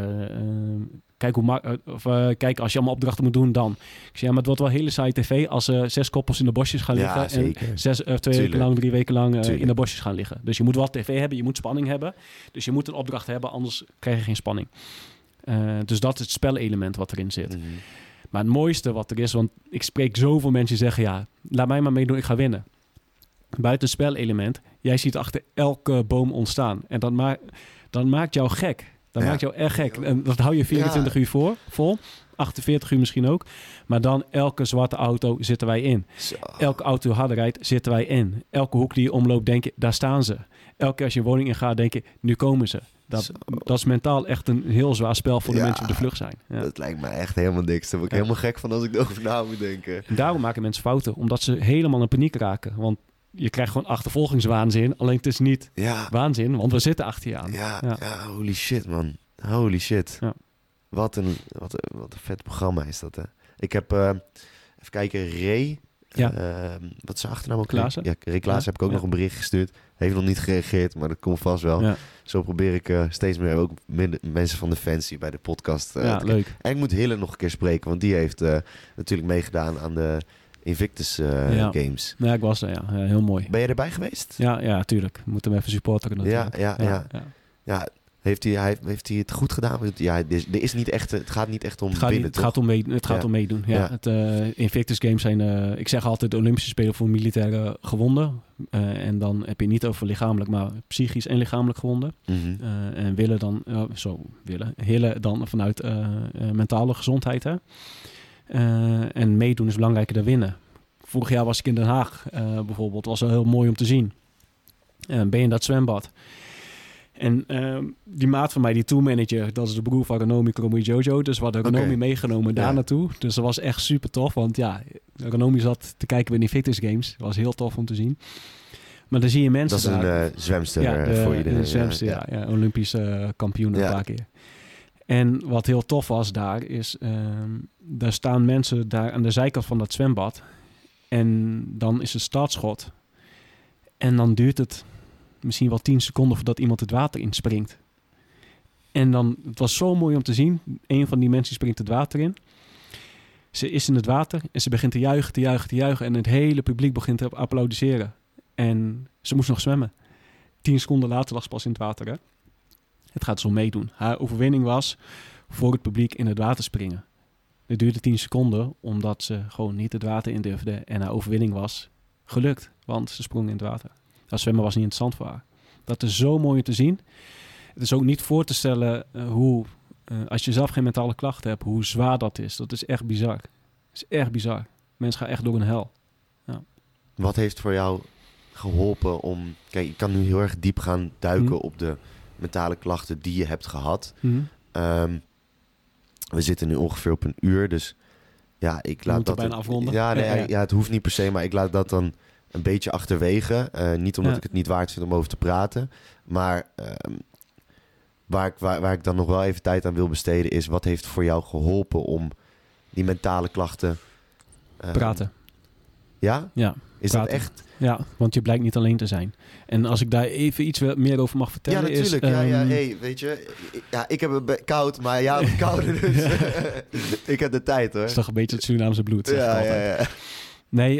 kijk, als je allemaal opdrachten moet doen, dan. Ik zeg, maar het wordt wel hele saai tv als 6 koppels in de bosjes gaan liggen. En 2 weken lang, 3 weken lang in de bosjes gaan liggen. Dus je moet wel tv hebben, je moet spanning hebben. Dus je moet een opdracht hebben, anders krijg je geen spanning. Dus dat is het spelelement wat erin zit. Mm-hmm. Maar het mooiste wat er is, want ik spreek zoveel mensen die zeggen, laat mij maar meedoen, ik ga winnen. Buiten het spelelement, jij ziet achter elke boom ontstaan. En dat maakt jou gek. Dat maakt jou echt gek. En dat hou je 24 uur vol. 48 uur misschien ook. Maar dan elke zwarte auto zitten wij in. Zo. Elke auto harder rijdt, zitten wij in. Elke hoek die je omloopt, denk je, daar staan ze. Elke keer als je een woning ingaat, denk je, nu komen ze. Dat is mentaal echt een heel zwaar spel voor de mensen die op de vlucht zijn. Ja. Dat lijkt me echt helemaal niks. Daar word ik helemaal gek van als ik erover na moet denken. En daarom maken mensen fouten, omdat ze helemaal in paniek raken. Want je krijgt gewoon achtervolgingswaanzin. Alleen het is niet waanzin, want we zitten achter je aan. Ja, holy shit, man. Holy shit. Ja. Wat een vet programma is dat, hè. Ik heb, even kijken, Ray. Wat is zijn achternaam ook? Klaassen. Ja, Ray Klaassen heb ik ook nog een bericht gestuurd. Heeft nog niet gereageerd, maar dat komt vast wel. Ja. Zo probeer ik steeds meer ook mensen van Defensie bij de podcast. Leuk. En ik moet Hille nog een keer spreken, want die heeft natuurlijk meegedaan aan de Invictus Games. Ja, ik was er, ja. Heel mooi. Ben je erbij geweest? Ja, tuurlijk. We moeten hem even supporteren natuurlijk. Ja. Heeft hij het goed gedaan? Ja, er is niet echt, het gaat niet echt om winnen, Het gaat om meedoen. Ja. Het Invictus Games zijn, ik zeg altijd, de Olympische Spelen voor militairen gewonnen. En dan heb je niet over lichamelijk, maar psychisch en lichamelijk gewonnen. Mm-hmm. En Hille dan vanuit mentale gezondheid. Hè? En meedoen is belangrijker dan winnen. Vorig jaar was ik in Den Haag bijvoorbeeld. Het was wel heel mooi om te zien. Ben je in dat zwembad. En die maat van mij, die tourmanager, dat is de broer van Ranomi Kromowidjojo. Dus we hadden Ranomi meegenomen daar naartoe. Dus dat was echt super tof. Want ja, Ranomi zat te kijken bij de Invictus Games. Dat was heel tof om te zien. Maar dan zie je mensen daar. Dat is een zwemster voor iedereen. Een zwemster, ja. Olympische kampioen een paar keer. En wat heel tof was daar, is... daar staan mensen daar aan de zijkant van dat zwembad. En dan is het startschot. En dan duurt het... misschien wel 10 seconden voordat iemand het water inspringt. En dan, het was zo mooi om te zien. Een van die mensen springt het water in. Ze is in het water en ze begint te juichen. En het hele publiek begint te applaudisseren. En ze moest nog zwemmen. 10 seconden later lag ze pas in het water. Hè? Het gaat zo meedoen. Haar overwinning was voor het publiek in het water springen. Het duurde 10 seconden omdat ze gewoon niet het water in durfde. En haar overwinning was gelukt, want ze sprong in het water. Dat zwemmen was niet interessant voor haar. Dat is zo mooi om te zien. Het is ook niet voor te stellen hoe, als je zelf geen mentale klachten hebt, hoe zwaar dat is. Dat is echt bizar. Dat is echt bizar. Mensen gaan echt door een hel. Ja. Wat heeft voor jou geholpen om... Kijk, je kan nu heel erg diep gaan duiken op de mentale klachten die je hebt gehad. We zitten nu ongeveer op 1 uur, dus ja, ik laat dat... bijna afronden. Ja, het hoeft niet per se, maar ik laat dat dan een beetje achterwege. Niet omdat ik het niet waard vind om over te praten. Maar waar ik dan nog wel even tijd aan wil besteden is... wat heeft voor jou geholpen om die mentale klachten... praten. Ja? Ja. Is praten. dat echt? Ja, want je blijkt niet alleen te zijn. En als ik daar even iets meer over mag vertellen... Ja, natuurlijk. Hey, weet je... Ja, ik heb het koud, maar ja, het koude dus. Ik heb de tijd, hoor. Dat is toch een beetje het Surinaamse bloed, zeg ja. Nee,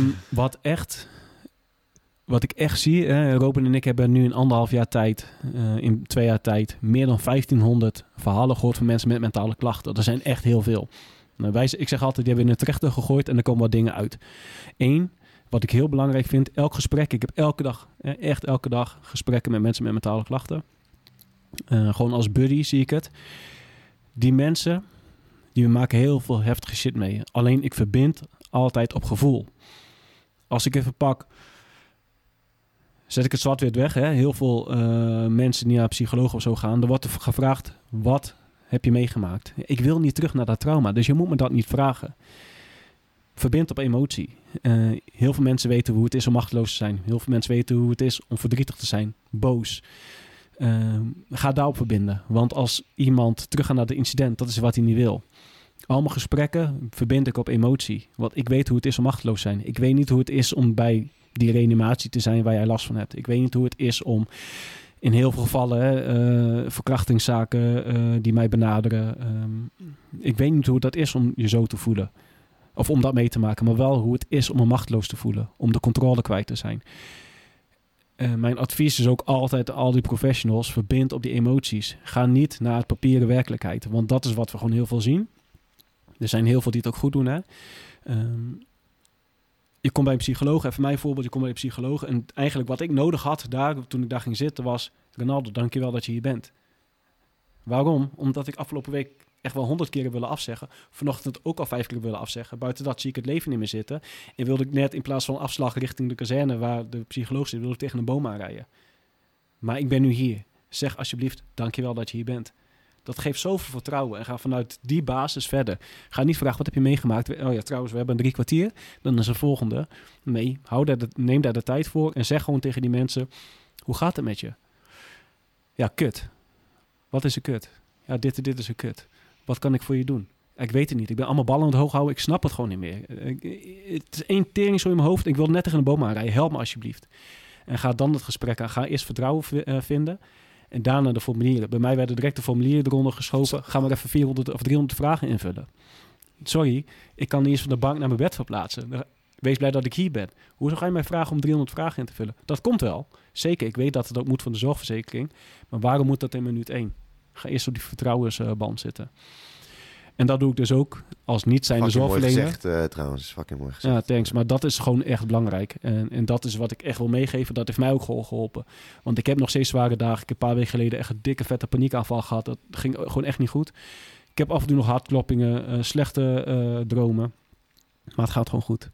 wat ik echt zie... Robin en ik hebben nu in 1,5 jaar tijd... in 2 jaar tijd... meer dan 1500 verhalen gehoord van mensen met mentale klachten. Dat zijn echt heel veel. Nou, ik zeg altijd, die hebben in het trechter gegooid... en er komen wat dingen uit. 1, wat ik heel belangrijk vind... elk gesprek... Ik heb elke dag, echt elke dag... gesprekken met mensen met mentale klachten. Gewoon als buddy zie ik het. Die mensen... die maken heel veel heftige shit mee. Alleen ik verbind altijd op gevoel. Als ik even pak... zet ik het zwart-wit weg. Hè? Heel veel mensen die naar psycholoog of zo gaan... er wordt gevraagd... wat heb je meegemaakt? Ik wil niet terug naar dat trauma. Dus je moet me dat niet vragen. Verbind op emotie. Heel veel mensen weten hoe het is om machteloos te zijn. Heel veel mensen weten hoe het is om verdrietig te zijn. Boos. Ga daarop verbinden. Want als iemand teruggaat naar het incident... dat is wat hij niet wil. Allemaal gesprekken verbind ik op emotie. Want ik weet hoe het is om machteloos te zijn. Ik weet niet hoe het is om bij die reanimatie te zijn waar jij last van hebt. Ik weet niet hoe het is om in heel veel gevallen verkrachtingszaken die mij benaderen. Ik weet niet hoe dat is om je zo te voelen. Of om dat mee te maken. Maar wel hoe het is om me machteloos te voelen. Om de controle kwijt te zijn. Mijn advies is ook altijd al die professionals. Verbind op die emoties. Ga niet naar het papieren werkelijkheid. Want dat is wat we gewoon heel veel zien. Er zijn heel veel die het ook goed doen. Hè? Je komt bij een psycholoog. Even mijn voorbeeld. Je komt bij een psycholoog. En eigenlijk wat ik nodig had daar, toen ik daar ging zitten was... Ronaldo, dankjewel dat je hier bent. Waarom? Omdat ik afgelopen week echt wel 100 keer willen afzeggen. Vanochtend ook al 5 keer willen afzeggen. Buiten dat zie ik het leven niet meer zitten. En wilde ik net in plaats van afslag richting de kazerne waar de psycholoog zit, wilde ik tegen een boom aanrijden. Maar ik ben nu hier. Zeg alsjeblieft, dankjewel dat je hier bent. Dat geeft zoveel vertrouwen. En ga vanuit die basis verder. Ga niet vragen, wat heb je meegemaakt? Oh ja, trouwens, we hebben 3 kwartier. Dan is de volgende. Nee, neem daar de tijd voor. En zeg gewoon tegen die mensen, hoe gaat het met je? Ja, kut. Wat is een kut? Ja, dit is een kut. Wat kan ik voor je doen? Ik weet het niet. Ik ben allemaal ballen aan het hoog houden. Ik snap het gewoon niet meer. Het is één tering zo in mijn hoofd. Ik wil net tegen een boom aanrijden. Help me alsjeblieft. En ga dan het gesprek aan. Ga eerst vertrouwen vinden. En daarna de formulieren. Bij mij werden direct de formulieren eronder geschoven. Ga maar even 400 of 300 vragen invullen. Sorry, ik kan niet eens van de bank naar mijn bed verplaatsen. Wees blij dat ik hier ben. Hoezo ga je mij vragen om 300 vragen in te vullen? Dat komt wel. Zeker, ik weet dat het ook moet van de zorgverzekering. Maar waarom moet dat in minuut 1? Ga eerst op die vertrouwensband zitten. En dat doe ik dus ook als niet zijnde zorgverlener. Mooi gezegd trouwens, fucking mooi gezegd. Ja, thanks. Maar dat is gewoon echt belangrijk. En dat is wat ik echt wil meegeven. Dat heeft mij ook geholpen. Want ik heb nog steeds zware dagen. Ik heb een paar weken geleden echt een dikke vette paniekaanval gehad. Dat ging gewoon echt niet goed. Ik heb af en toe nog hartkloppingen, slechte dromen. Maar het gaat gewoon goed.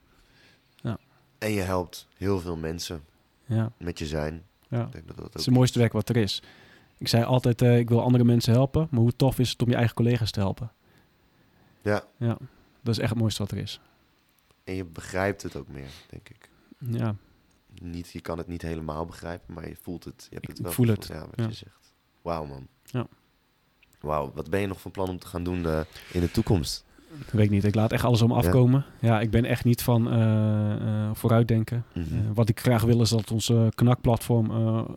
Ja. En je helpt heel veel mensen met je zijn. Ja. Ik denk dat het is het mooiste werk wat er is. Ik zei altijd, ik wil andere mensen helpen. Maar hoe tof is het om je eigen collega's te helpen? Ja. Ja, dat is echt het mooiste wat er is. En je begrijpt het ook meer, denk ik. Ja. Je kan het niet helemaal begrijpen, maar je voelt het. Je hebt het wel voel het. Ja, wat je zegt. Wauw, man. Ja. Wauw, wat ben je nog van plan om te gaan doen in de toekomst? Weet ik niet. Ik laat echt alles om afkomen. Ja, ik ben echt niet van vooruitdenken. Mm-hmm. Wat ik graag wil is dat onze knakplatform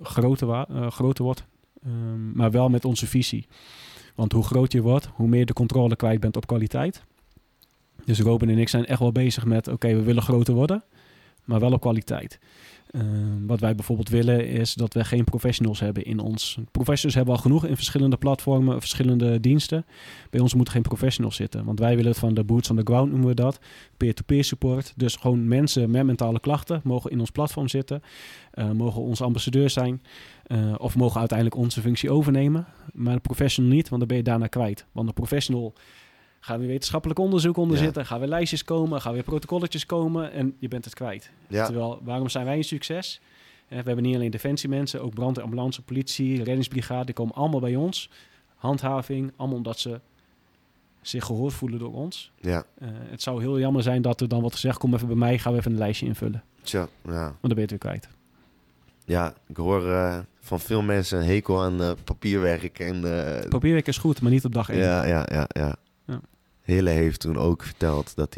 groter wordt. Maar wel met onze visie. Want hoe groter je wordt, hoe meer de controle kwijt bent op kwaliteit. Dus Robin en ik zijn echt wel bezig met, oké, we willen groter worden, maar wel op kwaliteit. Wat wij bijvoorbeeld willen is dat we geen professionals hebben in ons. Professionals hebben we al genoeg in verschillende platformen, verschillende diensten. Bij ons moeten geen professionals zitten. Want wij willen het van de boots on the ground noemen we dat. Peer-to-peer support. Dus gewoon mensen met mentale klachten mogen in ons platform zitten. Mogen onze ambassadeur zijn. Of mogen uiteindelijk onze functie overnemen. Maar de professional niet, want dan ben je daarna kwijt. Want de professional gaan weer wetenschappelijk onderzoek onder zitten. Gaan weer lijstjes komen. Gaan weer protocolletjes komen. En je bent het kwijt. Ja. Terwijl, waarom zijn wij een succes? We hebben niet alleen defensiemensen. Ook brand- en ambulance, politie, reddingsbrigade. Die komen allemaal bij ons. Handhaving. Allemaal omdat ze zich gehoord voelen door ons. Ja. Het zou heel jammer zijn dat er dan wordt gezegd, kom even bij mij. Gaan we even een lijstje invullen. Tja, ja. Want dan ben je het weer kwijt. Ja, ik hoor van veel mensen een hekel aan papierwerk. Papierwerk is goed, maar niet op dag 1. Ja. Hille heeft toen ook verteld dat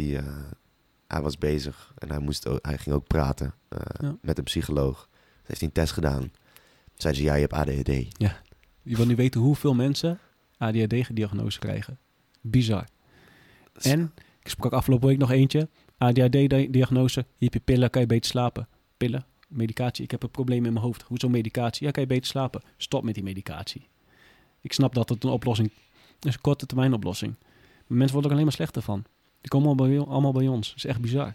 hij was bezig en hij ging ook praten met een psycholoog. Hij heeft een test gedaan. Zeiden ze, ja, je hebt ADHD. Ja, je wil niet weten hoeveel mensen ADHD-diagnose krijgen. Bizar. En, ik sprak afgelopen week nog eentje. ADHD-diagnose, hier heb je pillen, kan je beter slapen. Pillen, medicatie, ik heb een probleem in mijn hoofd. Hoezo medicatie? Ja, kan je beter slapen. Stop met die medicatie. Ik snap dat het een oplossing is, een korte termijn oplossing. Maar mensen worden er alleen maar slechter van. Die komen allemaal bij ons. Dat is echt bizar.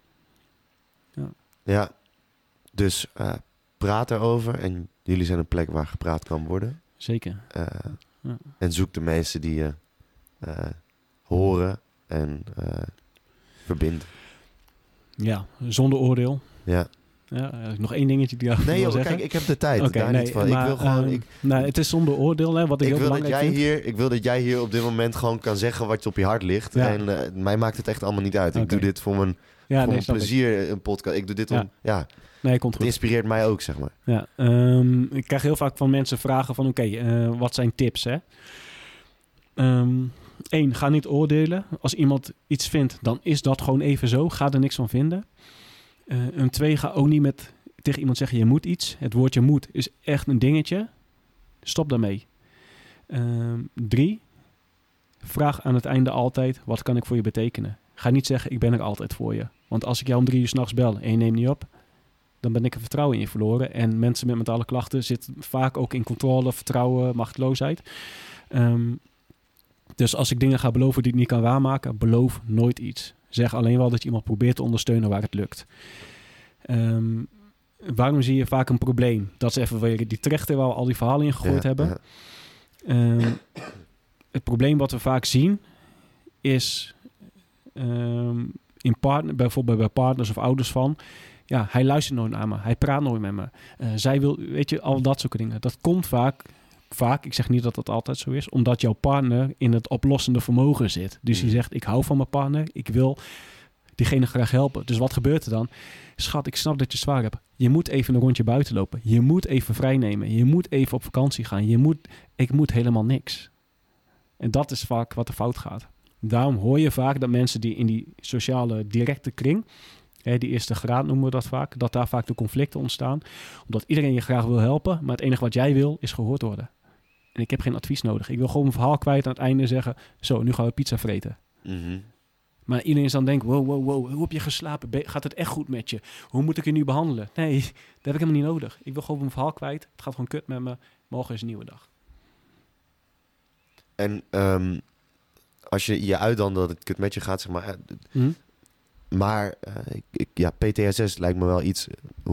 Ja, dus praat erover. En jullie zijn een plek waar gepraat kan worden. Zeker. En zoek de mensen die je horen en verbindt. Ja, zonder oordeel. Ja. Ja, nog één dingetje die ik wil zeggen. Kijk, ik heb de tijd. Okay, niet van. Maar, ik wil gewoon. het is zonder oordeel. Hè, wat ik heel belangrijk vind. Ik wil dat jij hier op dit moment gewoon kan zeggen wat je op je hart ligt. Ja. En mij maakt het echt allemaal niet uit. Ik doe dit voor mijn, plezier, een podcast. Ik doe dit om. Ja. Nee, komt het goed. inspireert mij ook, zeg maar. Ja, ik krijg heel vaak van mensen vragen van wat zijn tips, hè? 1, ga niet oordelen. Als iemand iets vindt, dan is dat gewoon even zo. Ga er niks van vinden. 2, ga ook niet tegen iemand zeggen, je moet iets. Het woordje moet is echt een dingetje. Stop daarmee. 3, vraag aan het einde altijd, wat kan ik voor je betekenen? Ga niet zeggen, ik ben er altijd voor je. Want als ik jou om 3 uur 's nachts bel en je neemt niet op, dan ben ik er vertrouwen in je verloren. En mensen met mentale klachten zitten vaak ook in controle, vertrouwen, machteloosheid. Dus als ik dingen ga beloven die ik niet kan waarmaken, beloof nooit iets. Zeg alleen wel dat je iemand probeert te ondersteunen waar het lukt. Waarom zie je vaak een probleem? Dat is even weer die trechter waar we al die verhalen in gegooid hebben. het probleem wat we vaak zien is bijvoorbeeld bij partners of ouders van... Ja, hij luistert nooit naar me. Hij praat nooit met me. Zij wil, weet je, al dat soort dingen. Dat komt vaak, ik zeg niet dat dat altijd zo is... omdat jouw partner in het oplossende vermogen zit. Dus die zegt, ik hou van mijn partner. Ik wil diegene graag helpen. Dus wat gebeurt er dan? Schat, ik snap dat je zwaar hebt. Je moet even een rondje buiten lopen. Je moet even vrijnemen. Je moet even op vakantie gaan. Ik moet helemaal niks. En dat is vaak wat er fout gaat. Daarom hoor je vaak dat mensen die in die sociale directe kring... die eerste graad noemen we dat vaak... dat daar vaak de conflicten ontstaan. Omdat iedereen je graag wil helpen... maar het enige wat jij wil is gehoord worden. En ik heb geen advies nodig. Ik wil gewoon mijn verhaal kwijt aan het einde zeggen... zo, nu gaan we pizza vreten. Mm-hmm. Maar iedereen is dan denkt... wow, hoe heb je geslapen? Gaat het echt goed met je? Hoe moet ik je nu behandelen? Nee, dat heb ik helemaal niet nodig. Ik wil gewoon mijn verhaal kwijt. Het gaat gewoon kut met me. Morgen is een nieuwe dag. En als je je uitdankt dat het kut met je gaat, zeg maar... Maar PTSS lijkt me wel iets...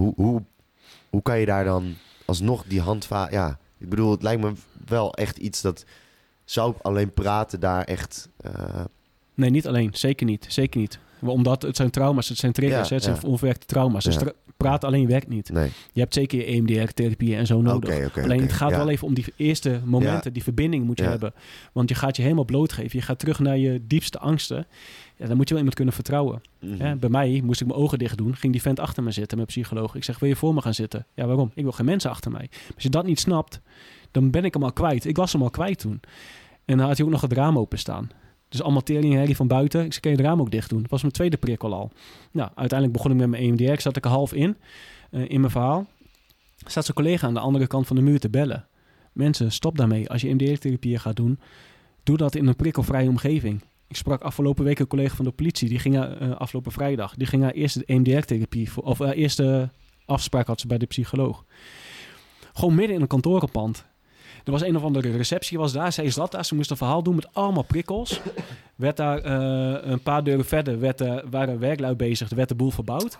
Hoe kan je daar dan alsnog die handvaart... Ja, ik bedoel, het lijkt me wel echt iets dat... Zou alleen praten daar echt... Nee, niet alleen. Zeker niet. Omdat het zijn trauma's, het zijn triggers, het zijn onverwerkte trauma's. Dus praten alleen werkt niet. Nee. Je hebt zeker je EMDR-therapie en zo nodig. Alleen het gaat wel even om die eerste momenten, die verbinding moet je hebben. Want je gaat je helemaal blootgeven. Je gaat terug naar je diepste angsten. Ja, dan moet je wel iemand kunnen vertrouwen. Mm-hmm. Ja, bij mij moest ik mijn ogen dicht doen. Ging die vent achter me zitten, mijn psycholoog. Ik zeg, wil je voor me gaan zitten? Ja, waarom? Ik wil geen mensen achter mij. Als je dat niet snapt, dan ben ik hem al kwijt. Ik was hem al kwijt toen. En dan had hij ook nog het raam openstaan. Dus allemaal teringherrie van buiten. Ik zei, kan je het raam ook dicht doen? Dat was mijn tweede prikkel al. Nou, uiteindelijk begon ik met mijn EMDR. Ik zat er half in mijn verhaal. Staat zijn collega aan de andere kant van de muur te bellen. Mensen, stop daarmee. Als je EMDR-therapie gaat doen, doe dat in een prikkelvrije omgeving. Ik sprak afgelopen week een collega van de politie. Die ging afgelopen vrijdag. Die ging haar eerste EMDR-therapie... of eerste afspraak had ze bij de psycholoog. Gewoon midden in een kantorenpand. Er was een of andere receptie was daar. Zij zat daar. Ze moest een verhaal doen met allemaal prikkels. Werd daar een paar deuren verder waren werklui bezig. Er werd de boel verbouwd.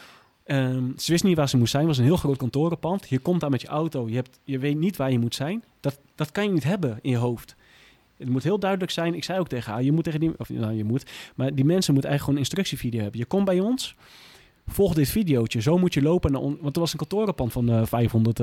Ze wist niet waar ze moest zijn. Het was een heel groot kantorenpand. Je komt daar met je auto. Je weet niet waar je moet zijn. Dat kan je niet hebben in je hoofd. Het moet heel duidelijk zijn. Ik zei ook tegen haar, je moet tegen die... Of, nou, je moet. Maar die mensen moeten eigenlijk gewoon een instructievideo hebben. Je komt bij ons... Volg dit videootje. Zo moet je lopen. Want er was een kantorenpand van 500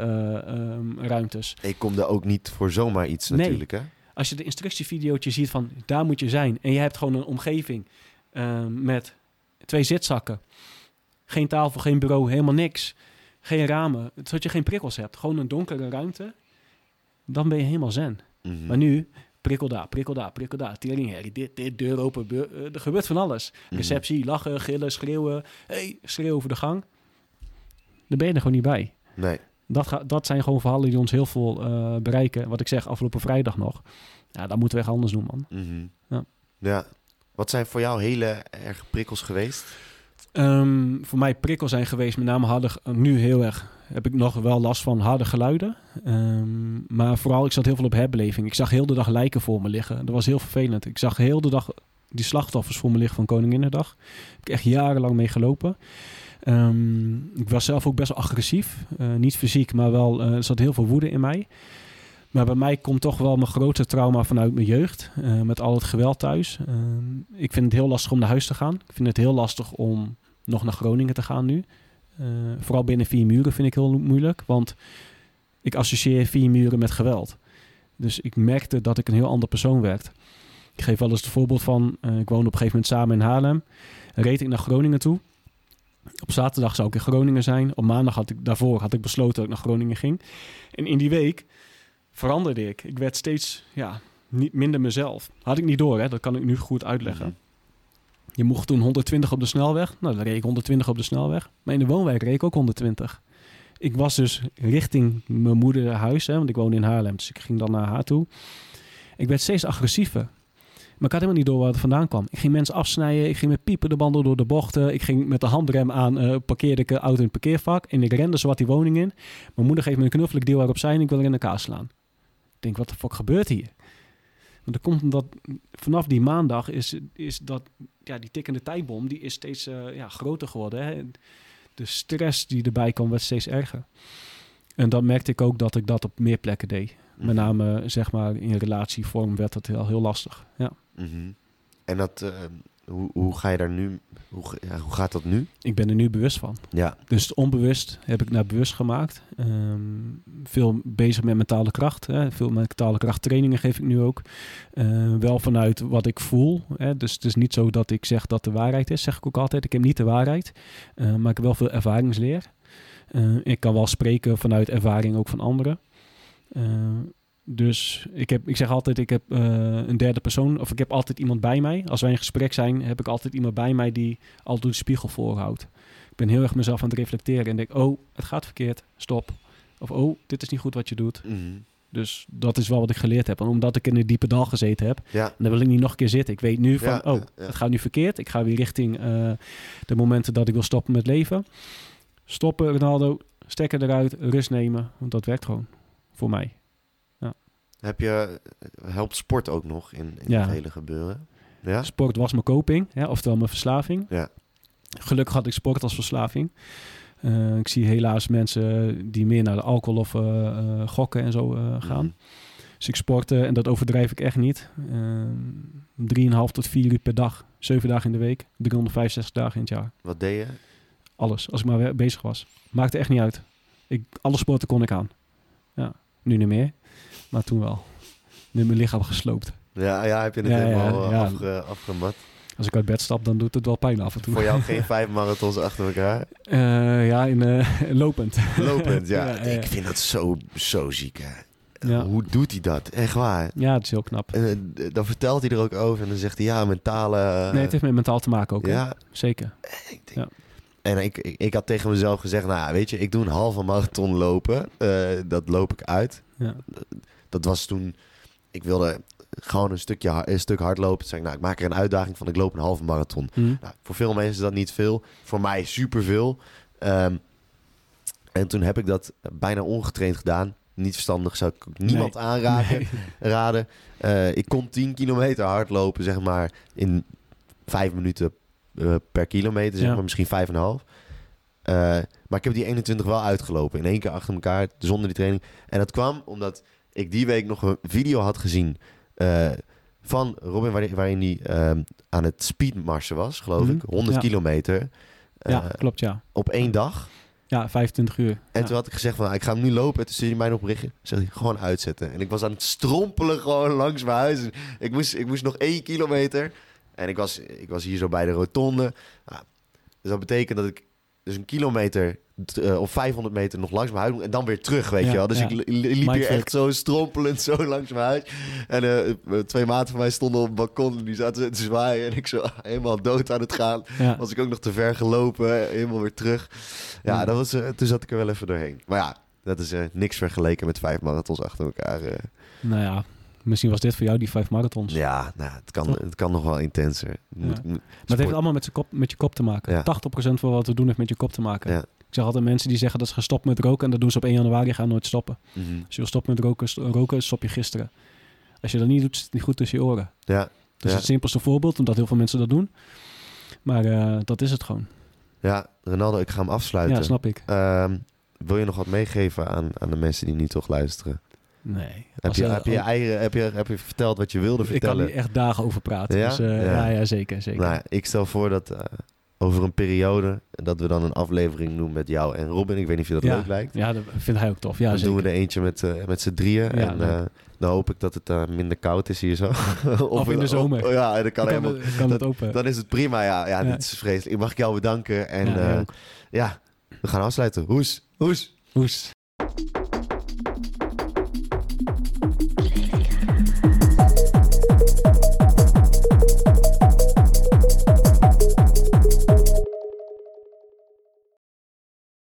ruimtes. Ik kom er ook niet voor zomaar iets natuurlijk, hè? Als je de instructievideootje ziet van... daar moet je zijn. En je hebt gewoon een omgeving... met 2 zitzakken. Geen tafel, geen bureau, helemaal niks. Geen ramen. Zodat je geen prikkels hebt. Gewoon een donkere ruimte. Dan ben je helemaal zen. Mm-hmm. Maar nu... Prikkel daar. Teringherrie, dit, deur open. Er gebeurt van alles. Receptie, lachen, gillen, schreeuwen. Schreeuwen over de gang. Daar ben je er gewoon niet bij. Nee. Dat zijn gewoon verhalen die ons heel veel bereiken. Wat ik zeg, afgelopen vrijdag nog. Ja, dat moeten we echt anders doen, man. Mm-hmm. Ja. Wat zijn voor jou hele erg prikkels geweest? Voor mij prikkels zijn geweest, met name nu heel erg... heb ik nog wel last van harde geluiden. Maar vooral, ik zat heel veel op herbeleving. Ik zag heel de dag lijken voor me liggen. Dat was heel vervelend. Ik zag heel de dag die slachtoffers voor me liggen van Koninginnedag. Heb ik echt jarenlang mee gelopen. Ik was zelf ook best wel agressief. Niet fysiek, maar wel... er zat heel veel woede in mij. Maar bij mij komt toch wel mijn grootste trauma vanuit mijn jeugd. Met al het geweld thuis. Ik vind het heel lastig om naar huis te gaan. Ik vind het heel lastig om nog naar Groningen te gaan nu. Vooral binnen 4 muren vind ik heel moeilijk. Want ik associeer 4 muren met geweld. Dus ik merkte dat ik een heel ander persoon werd. Ik geef wel eens het voorbeeld van... ik woonde op een gegeven moment samen in Haarlem. Reed ik naar Groningen toe. Op zaterdag zou ik in Groningen zijn. Op maandag had ik besloten dat ik naar Groningen ging. En in die week veranderde ik. Ik werd steeds niet minder mezelf. Had ik niet door, hè? Dat kan ik nu goed uitleggen. Mm-hmm. Je mocht toen 120 op de snelweg. Nou, dan reed ik 120 op de snelweg. Maar in de woonwijk reed ik ook 120. Ik was dus richting mijn moeder huis, hè, want ik woonde in Haarlem. Dus ik ging dan naar haar toe. Ik werd steeds agressiever. Maar ik had helemaal niet door waar het vandaan kwam. Ik ging mensen afsnijden. Ik ging met piepen de banden door de bochten. Ik ging met de handrem aan, parkeerde ik de auto in het parkeervak. En ik rende zowat die woning in. Mijn moeder geeft me een knuffel, deel waarop zijn. En ik wil er in elkaar slaan. Ik denk, wat de fuck gebeurt hier? Want er komt omdat vanaf die maandag is dat die tikkende tijdbom, die is steeds groter geworden. Hè? De stress die erbij kwam werd steeds erger. En dan merkte ik ook dat ik dat op meer plekken deed. Met name, zeg maar, in relatievorm werd dat heel lastig. Ja. Mm-hmm. En dat, hoe ga je daar nu... Hoe gaat dat nu? Ik ben er nu bewust van. Ja. Dus onbewust heb ik naar bewust gemaakt. Veel bezig met mentale kracht. Hè. Veel mentale krachttrainingen geef ik nu ook. Wel vanuit wat ik voel. Hè. Dus het is niet zo dat ik zeg dat de waarheid is. Zeg ik ook altijd. Ik heb niet de waarheid. Maar ik heb wel veel ervaringsleer. Ik kan wel spreken vanuit ervaring ook van anderen. Dus ik zeg altijd, ik heb een derde persoon, of ik heb altijd iemand bij mij. Als wij in gesprek zijn, heb ik altijd iemand bij mij die altijd de spiegel voorhoudt. Ik ben heel erg mezelf aan het reflecteren en denk, oh, het gaat verkeerd, stop. Of, oh, dit is niet goed wat je doet. Mm-hmm. Dus dat is wel wat ik geleerd heb. En omdat ik in een diepe dal gezeten heb, Ja. dan wil ik niet nog een keer zitten. Ik weet nu van, het gaat nu verkeerd. Ik ga weer richting de momenten dat ik wil stoppen met leven. Stoppen, Ronaldo, stekker eruit, rust nemen. Want dat werkt gewoon voor mij. Helpt sport ook nog in het hele gebeuren? Ja? Sport was mijn coping, oftewel mijn verslaving. Ja. Gelukkig had ik sport als verslaving. Ik zie helaas mensen die meer naar de alcohol of gokken en zo gaan. Mm-hmm. Dus ik sportte, en dat overdrijf ik echt niet. 3,5 tot 4 uur per dag. 7 dagen in de week. 365 dagen in het jaar. Wat deed je? Alles, als ik maar bezig was. Maakte echt niet uit. Alle sporten kon ik aan. Ja, nu niet meer. Maar toen wel. Nu mijn lichaam gesloopt. Ja, heb je het helemaal afgemat? Als ik uit bed stap, dan doet het wel pijn af en toe. Voor jou geen 5 marathons achter elkaar? Lopend. Lopend, ja. Ik vind dat zo ziek, hè. Ja. Hoe doet hij dat? Echt waar. Ja, het is heel knap. En dan vertelt hij er ook over en dan zegt hij, mentale... Nee, het heeft met mentaal te maken ook. Ja. Hè? Zeker. Ik denk... En ik had tegen mezelf gezegd, weet je, ik doe een halve marathon lopen. Dat loop ik uit. Ja. Dat was toen, ik wilde gewoon een stuk hardlopen. Toen zei ik, ik maak er een uitdaging van, ik loop een halve marathon. Voor veel mensen is dat niet veel. Voor mij superveel. En toen heb ik dat bijna ongetraind gedaan. Niet verstandig, zou ik ook niemand raden. Ik kon 10 kilometer hardlopen, zeg maar, in 5 minuten per kilometer, zeg maar, misschien 5,5. Maar ik heb die 21 wel uitgelopen. In 1 keer achter elkaar, zonder die training. En dat kwam omdat ik die week nog een video had gezien van Robin, waarin hij aan het speedmarsen was, geloof ik. 100 kilometer. Klopt, ja. Op 1 dag. Ja, 25 uur. En toen had ik gezegd van, ik ga hem nu lopen. En toen stuurde hij mij nog een berichtje. Zegt hij, gewoon uitzetten. En ik was aan het strompelen gewoon langs mijn huis. Ik moest nog 1 kilometer. En ik was hier zo bij de rotonde. Dus dat betekent dat ik dus 1 kilometer of 500 meter nog langs mijn huis moet en dan weer terug, weet je wel. Dus ik liep hier echt zo strompelend zo langs mijn huis. En 2 maten van mij stonden op het balkon en die zaten te zwaaien. En ik zo helemaal dood aan het gaan. Ja. Was ik ook nog te ver gelopen, helemaal weer terug. Ja, dat was, toen zat ik er wel even doorheen. Maar ja, dat is niks vergeleken met 5 marathons achter elkaar. Nou ja, misschien was dit voor jou die 5 marathons. Ja, het kan nog wel intenser. Maar het heeft allemaal met je kop te maken. Ja. 80% van wat we doen heeft met je kop te maken. Ja. Ik zeg altijd mensen die zeggen dat ze gaan stoppen met roken en dat doen ze op 1 januari, gaan nooit stoppen. Mm-hmm. Als je wil stoppen met roken, stop je gisteren. Als je dat niet doet, zit het niet goed tussen je oren. Ja. Dat is het simpelste voorbeeld, omdat heel veel mensen dat doen. Maar dat is het gewoon. Ja, Ronaldo, ik ga hem afsluiten. Ja, snap ik. Wil je nog wat meegeven aan de mensen die nu toch luisteren? Nee. Heb je verteld wat je wilde vertellen? Ik kan hier echt dagen over praten. Ja? Dus, ja, zeker. Nou, ik stel voor dat over een periode, dat we dan een aflevering doen met jou en Robin. Ik weet niet of je dat leuk lijkt. Ja, dat vindt hij ook tof. Ja, dan zeker. doen we er eentje met z'n drieën. Ja, en dan hoop ik dat het minder koud is hier zo. of in de zomer. Ja, dat kan helemaal. Het open. Dan is het prima. Ja, dit is vreselijk. Ik mag jou bedanken. En we gaan afsluiten. Hoes.